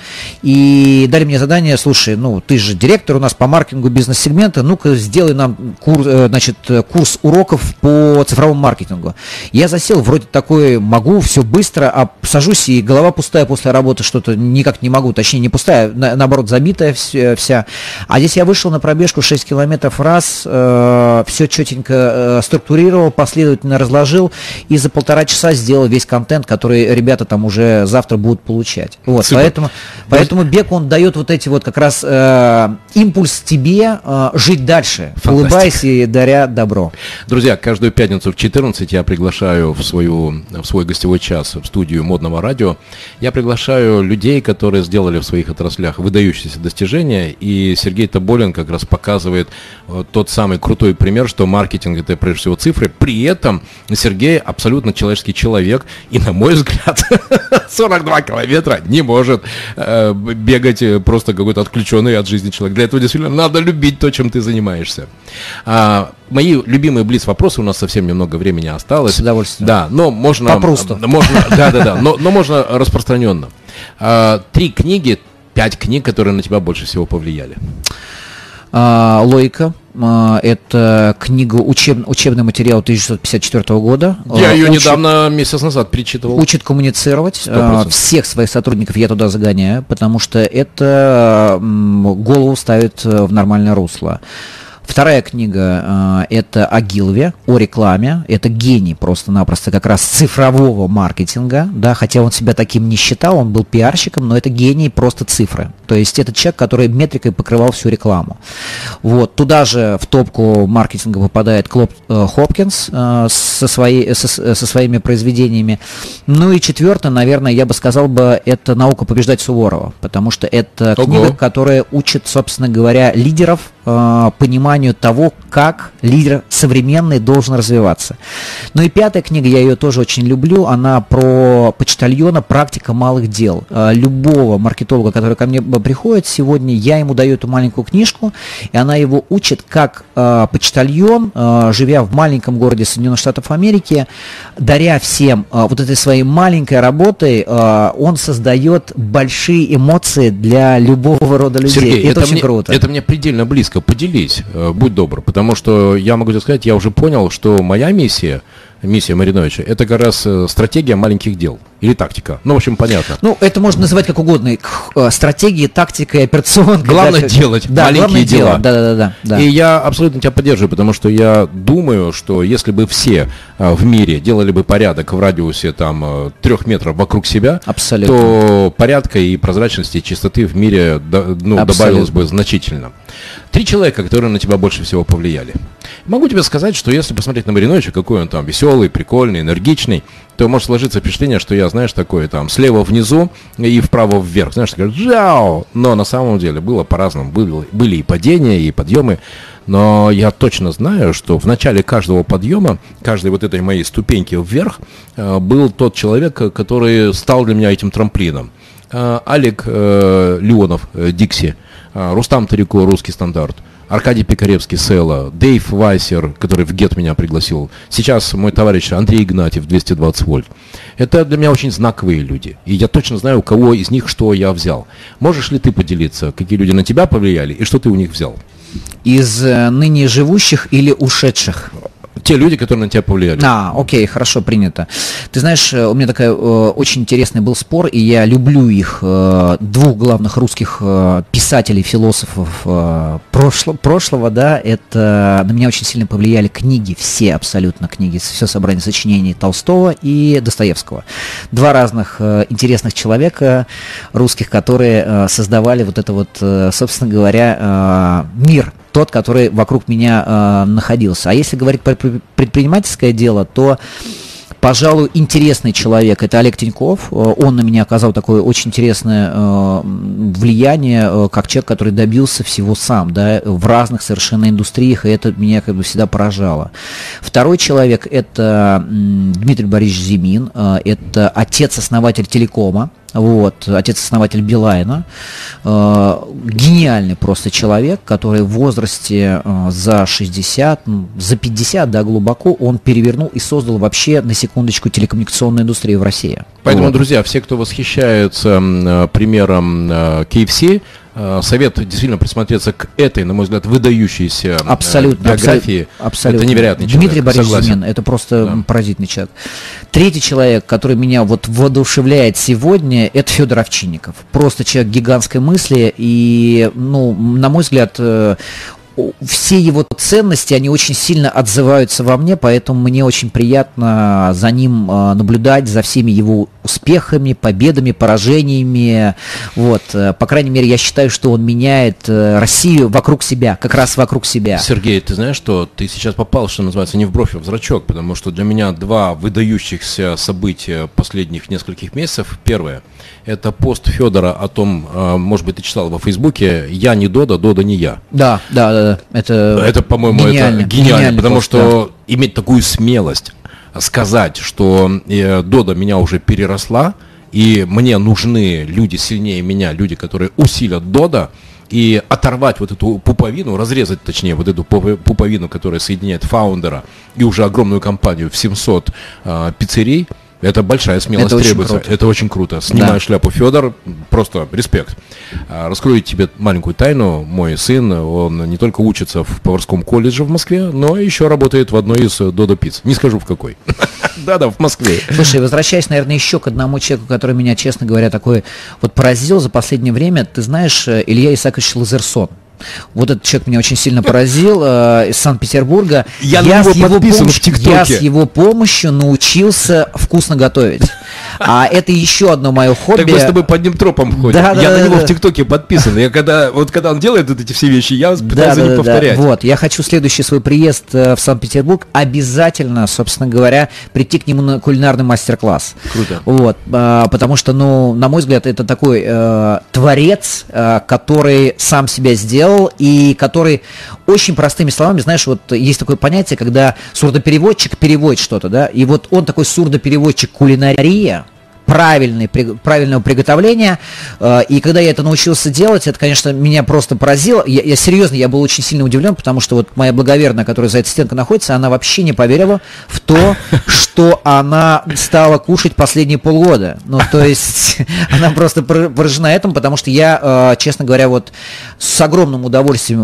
Speaker 2: и дали мне задание: слушай, ну, ты же директор у нас по маркетингу бизнес-сегмента, ну-ка, сделай нам курс уроков по цифровому маркетингу. Я засел, вроде такой, могу, все быстро, а сажусь, и голова пустая после работы, что-то никак не могу, точнее, не пустая, наоборот, забитая вся. А здесь я вышел на пробежку 6 километров раз, все четенько структурировал, последовательно разложил, и за 1,5 часа сделал весь контент, которые ребята там уже завтра будут получать. Вот, поэтому бег, он дает вот эти вот как раз импульс тебе жить дальше, улыбаясь и даря добро.
Speaker 1: Друзья, каждую пятницу в 14 я приглашаю в свой гостевой час в студию Модного радио. Я приглашаю людей, которые сделали в своих отраслях выдающиеся достижения, и Сергей Тоболин как раз показывает тот самый крутой пример, что маркетинг — это прежде всего цифры. При этом Сергей абсолютно человеческий человек, и, на мой взгляд, 42 километра не может бегать просто какой-то отключенный от жизни человек. Для этого действительно надо любить то, чем ты занимаешься. Мои любимые блиц-вопросы, у нас совсем немного времени осталось.
Speaker 2: С удовольствием.
Speaker 1: Да, но можно...
Speaker 2: По-просто.
Speaker 1: Но можно распространенно. 3 книги, 5 книг, которые на тебя больше всего повлияли.
Speaker 2: «Логика». Это книга, учебный материал 1954 года.
Speaker 1: Я ее недавно, месяц назад, перечитывал.
Speaker 2: Учит коммуницировать.
Speaker 1: 100%.
Speaker 2: Всех своих сотрудников я туда загоняю, потому что это голову ставит в нормальное русло. Вторая книга это о Гилве, о рекламе. Это гений просто-напросто как раз цифрового маркетинга, да, хотя он себя таким не считал, он был пиарщиком, но это гений просто цифры. То есть это человек, который метрикой покрывал всю рекламу. Вот. Туда же в топку маркетинга попадает Клод Хопкинс со своими произведениями. Ну и четвертое, наверное, я бы сказал, это «Наука побеждать Суворова», потому что это книга, которая учит, собственно говоря, лидеров пониманию того, как лидер современный должен развиваться. Ну и пятая книга, я ее тоже очень люблю, она про почтальона, практика малых дел. Любого маркетолога, который ко мне приходит сегодня, я ему даю эту маленькую книжку, и она его учит, как почтальон, живя в маленьком городе Соединенных Штатов Америки, даря всем вот этой своей маленькой работой, он создает большие эмоции для любого рода людей.
Speaker 1: Сергей,
Speaker 2: это очень круто.
Speaker 1: Это мне предельно близко. Поделись, будь добр, потому что я могу тебе сказать, я уже понял, что моя миссия Мариновича, это как раз стратегия маленьких дел. Или тактика. Ну, в общем, понятно.
Speaker 2: Ну, это можно называть как угодно. Стратегии, тактика и операционка.
Speaker 1: Главное делать маленькие дела.
Speaker 2: Да.
Speaker 1: И я абсолютно тебя поддерживаю, потому что я думаю, что если бы все в мире делали бы порядок в радиусе там 3 метров вокруг себя,
Speaker 2: абсолютно,
Speaker 1: то порядка и прозрачности, и чистоты в мире добавилось бы значительно. 3 человека, которые на тебя больше всего повлияли. Могу тебе сказать, что если посмотреть на Мариновича, какой он там веселый, прикольный, энергичный, то может сложиться впечатление, что я, знаешь, такое там слева внизу и вправо вверх, знаешь, такое жау, но на самом деле было по-разному, были и падения, и подъемы, но я точно знаю, что в начале каждого подъема, каждой вот этой моей ступеньки вверх, был тот человек, который стал для меня этим трамплином. Алик Леонов, Дикси, Рустам Тарико, Русский стандарт, Аркадий Пикаревский, Сэла, Дэйв Вайсер, который в ГЕТ меня пригласил. Сейчас мой товарищ Андрей Игнатьев, 220 вольт. Это для меня очень знаковые люди. И я точно знаю, у кого из них что я взял. Можешь ли ты поделиться, какие люди на тебя повлияли и что ты у них взял?
Speaker 2: Из ныне живущих или ушедших?
Speaker 1: Те люди, которые на тебя повлияли.
Speaker 2: Окей, хорошо, принято. Ты знаешь, у меня такой очень интересный был спор, и я люблю их, двух главных русских писателей, философов прошлого, да, это на меня очень сильно повлияли книги, все абсолютно книги, все собрание сочинений Толстого и Достоевского. Два разных интересных человека русских, которые создавали вот это вот, собственно говоря, мир, тот, который вокруг меня находился. А если говорить про предпринимательское дело, то, пожалуй, интересный человек – это Олег Тиньков. Он на меня оказал такое очень интересное влияние, как человек, который добился всего сам, да, в разных совершенно индустриях, и это меня как бы всегда поражало. Второй человек – это Дмитрий Борисович Зимин, это отец-основатель телекома. Вот, отец-основатель Билайна, гениальный просто человек, который в возрасте за 60, за 50, да, глубоко, он перевернул и создал вообще, на секундочку, телекоммуникационную индустрию в России.
Speaker 1: Поэтому,
Speaker 2: вот.
Speaker 1: Друзья, все, кто восхищается примером KFC, совет действительно присмотреться к этой, на мой взгляд, выдающейся биографии.
Speaker 2: Абсолютно.
Speaker 1: Это невероятный человек.
Speaker 2: Дмитрий Борисович Зимин, это просто поразительный человек. Третий человек, который меня вот воодушевляет сегодня, это Федор Овчинников. Просто человек гигантской мысли и, ну, на мой взгляд, все его ценности, они очень сильно отзываются во мне, поэтому мне очень приятно за ним наблюдать, за всеми его успехами, победами, поражениями. Вот. По крайней мере, я считаю, что он меняет Россию вокруг себя, как раз вокруг себя.
Speaker 1: Сергей, ты знаешь, что ты сейчас попал, что называется, не в бровь, а в зрачок, потому что для меня два выдающихся события последних нескольких месяцев. Первое – это пост Федора о том, может быть, ты читал во Фейсбуке, «Я не Дода, Дода не я».
Speaker 2: Да. Это,
Speaker 1: по-моему, это гениально, потому пост, что иметь такую смелость сказать, что Дода меня уже переросла, и мне нужны люди сильнее меня, люди, которые усилят Дода, и оторвать вот эту пуповину, разрезать, точнее, вот эту пуповину, которая соединяет фаундера и уже огромную компанию в 700 пиццерий. Это большая смелость требуется. Это очень круто. Снимаю шляпу, Федор, просто респект. Раскрою тебе маленькую тайну. Мой сын, он не только учится в поварском колледже в Москве, но еще работает в одной из Додо Пиц. Не скажу в какой. Да, в Москве.
Speaker 2: Слушай, возвращаясь, наверное, еще к одному человеку, который меня, честно говоря, такой вот поразил за последнее время. Ты знаешь, Илья Исаакович Лазерсон. Вот этот человек меня очень сильно поразил, из Санкт-Петербурга. Я с его помощью научился вкусно готовить. А это еще одно мое хобби.
Speaker 1: Так мы с тобой по одним тропам ходим. Я на него в ТикТоке подписан. Когда он делает вот эти все вещи, я пытаюсь за ним повторять.
Speaker 2: Вот, я хочу следующий свой приезд в Санкт-Петербург обязательно, собственно говоря, прийти к нему на кулинарный мастер-класс.
Speaker 1: Круто.
Speaker 2: Вот, потому что, на мой взгляд, это такой творец, который сам себя сделал, и который очень простыми словами, знаешь, вот есть такое понятие, когда сурдопереводчик переводит что-то, да, и вот он такой сурдопереводчик кулинария, правильного приготовления, и когда я это научился делать, это, конечно, меня просто поразило. Я серьезно, я был очень сильно удивлен, потому что вот моя благоверная, которая за этой стенкой находится, она вообще не поверила в то, что она стала кушать последние полгода. Ну, то есть, она просто поражена этому, потому что я, честно говоря, вот с огромным удовольствием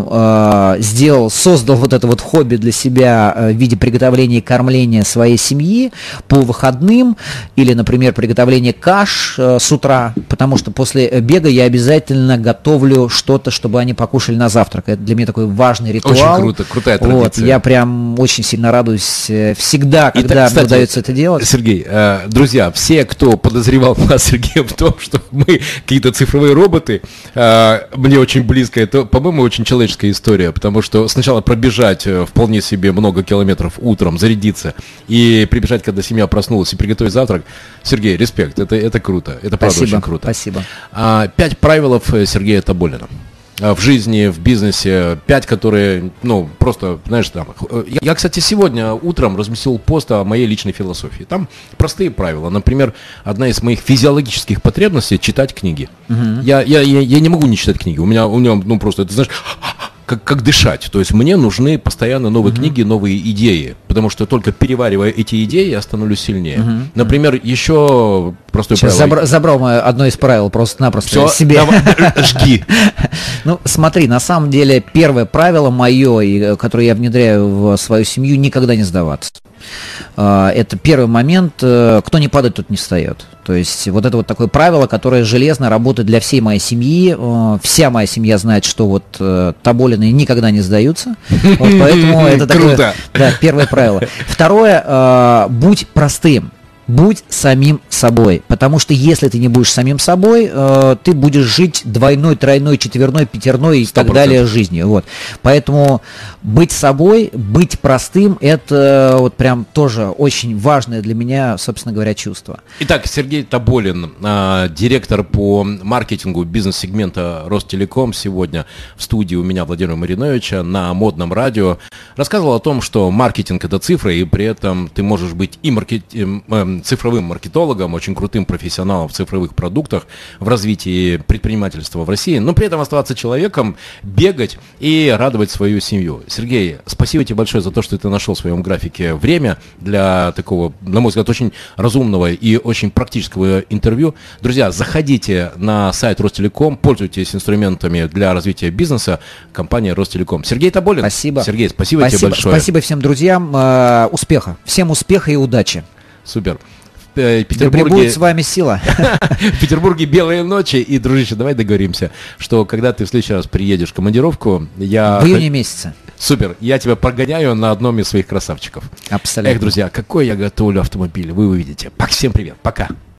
Speaker 2: создал вот это вот хобби для себя в виде приготовления и кормления своей семьи по выходным, или, например, приготовления каш с утра, потому что после бега я обязательно готовлю что-то, чтобы они покушали на завтрак. Это для меня такой важный ритуал.
Speaker 1: Очень круто, крутая традиция.
Speaker 2: Вот, я прям очень сильно радуюсь всегда, когда мне удается это делать.
Speaker 1: Сергей, друзья, все, кто подозревал нас, Сергея, в том, что мы какие-то цифровые роботы, мне очень близко, это, по-моему, очень человеческая история, потому что сначала пробежать вполне себе много километров утром, зарядиться, и прибежать, когда семья проснулась, и приготовить завтрак. Сергей, респект. Это круто. Это правда очень круто.
Speaker 2: Спасибо.
Speaker 1: 5 правил Сергея Тоболина. В жизни, в бизнесе, 5, которые, просто, знаешь, там. Я, кстати, сегодня утром разместил пост о моей личной философии. Там простые правила. Например, одна из моих физиологических потребностей — читать книги. Я не могу не читать книги. У меня просто, ты знаешь, как дышать. То есть мне нужны постоянно новые книги, новые идеи, потому что только переваривая эти идеи, я становлюсь сильнее. Например, еще простой правило.
Speaker 2: Забрал мое одно из правил просто-напросто себе.
Speaker 1: Давай, жги.
Speaker 2: Ну, смотри, на самом деле первое правило мое, которое я внедряю в свою семью, никогда не сдаваться. Это первый момент, кто не падает, тот не встает. То есть вот это вот такое правило, которое железно работает для всей моей семьи. Вся моя семья знает, что вот Тоболины никогда не сдаются. Вот поэтому это такое, да, первое правило. Второе, будь простым. Будь самим собой, потому что если ты не будешь самим собой, ты будешь жить двойной, тройной, четверной, пятерной и 100%. Так далее жизнью. Вот. Поэтому быть собой, быть простым, это вот прям тоже очень важное для меня, собственно говоря, чувство.
Speaker 1: Итак, Сергей Тоболин, директор по маркетингу бизнес-сегмента Ростелеком, сегодня в студии у меня Владимира Мариновича на Модном радио, рассказывал о том, что маркетинг — это цифры, и при этом ты можешь быть и цифровым маркетологом, очень крутым профессионалом в цифровых продуктах, в развитии предпринимательства в России, но при этом оставаться человеком, бегать и радовать свою семью. Сергей, спасибо тебе большое за то, что ты нашел в своем графике время для такого, на мой взгляд, очень разумного и очень практического интервью. Друзья, заходите на сайт Ростелеком, пользуйтесь инструментами для развития бизнеса, компания Ростелеком. Сергей Тоболин.
Speaker 2: Спасибо.
Speaker 1: Сергей, спасибо тебе большое.
Speaker 2: Спасибо всем друзьям, успеха. Всем успеха и удачи.
Speaker 1: Супер.
Speaker 2: В Петербурге будет с вами сила.
Speaker 1: В Петербурге белые ночи. И, дружище, давай договоримся, что когда ты в следующий раз приедешь в командировку,
Speaker 2: в июне месяце.
Speaker 1: Супер. Я тебя прогоняю на одном из своих красавчиков.
Speaker 2: Абсолютно.
Speaker 1: Эх, друзья, какой я готовлю автомобиль, вы увидите. Всем привет. Пока.